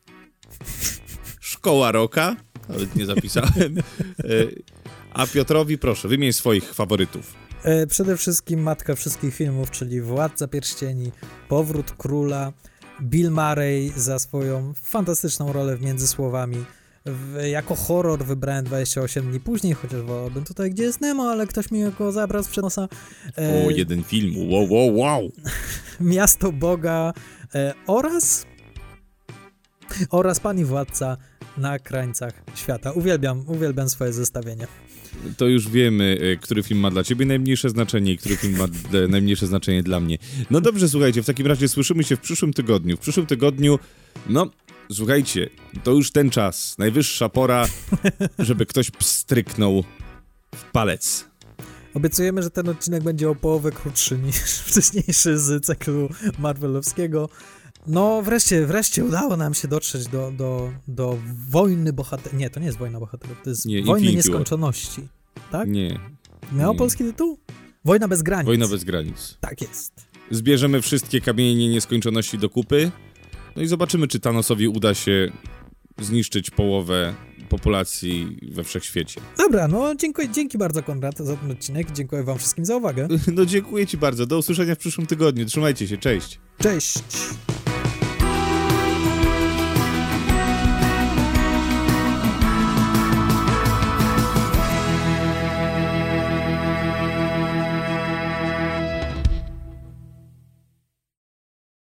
Szkoła Rocka, nawet nie zapisałem. E, a Piotrowi proszę, wymień swoich faworytów. E, przede wszystkim matka wszystkich filmów, czyli Władca Pierścieni, Powrót Króla, Bill Murray za swoją fantastyczną rolę w Między Słowami. W, jako horror wybrałem dwadzieścia osiem dni później, chociaż wolałbym tutaj Gdzie jest Nemo, ale ktoś mi go zabrał z przenosa. E, o, jeden film, wow, wow, wow. Miasto Boga e, oraz oraz Pani Władca na krańcach świata. Uwielbiam, uwielbiam swoje zestawienie. To już wiemy, który film ma dla ciebie najmniejsze znaczenie i który film ma d- najmniejsze znaczenie dla mnie. No dobrze, słuchajcie, w takim razie słyszymy się w przyszłym tygodniu. W przyszłym tygodniu, no, słuchajcie, to już ten czas, najwyższa pora, żeby ktoś pstryknął w palec. Obiecujemy, że ten odcinek będzie o połowę krótszy niż wcześniejszy z cyklu marvelowskiego. No wreszcie, wreszcie udało nam się dotrzeć do, do, do wojny bohaterów. Nie, to nie jest wojna bohaterów, to jest nie, wojny Infinity nieskończoności. Tak? Nie. Miało nie. polski tytuł? Wojna bez granic. Wojna bez granic. Tak jest. Zbierzemy wszystkie kamienie nieskończoności do kupy, no i zobaczymy, czy Thanosowi uda się zniszczyć połowę populacji we wszechświecie. Dobra, no dziękuję, dzięki bardzo, Konrad, za ten odcinek. Dziękuję wam wszystkim za uwagę. No dziękuję ci bardzo. Do usłyszenia w przyszłym tygodniu. Trzymajcie się. Cześć. Cześć.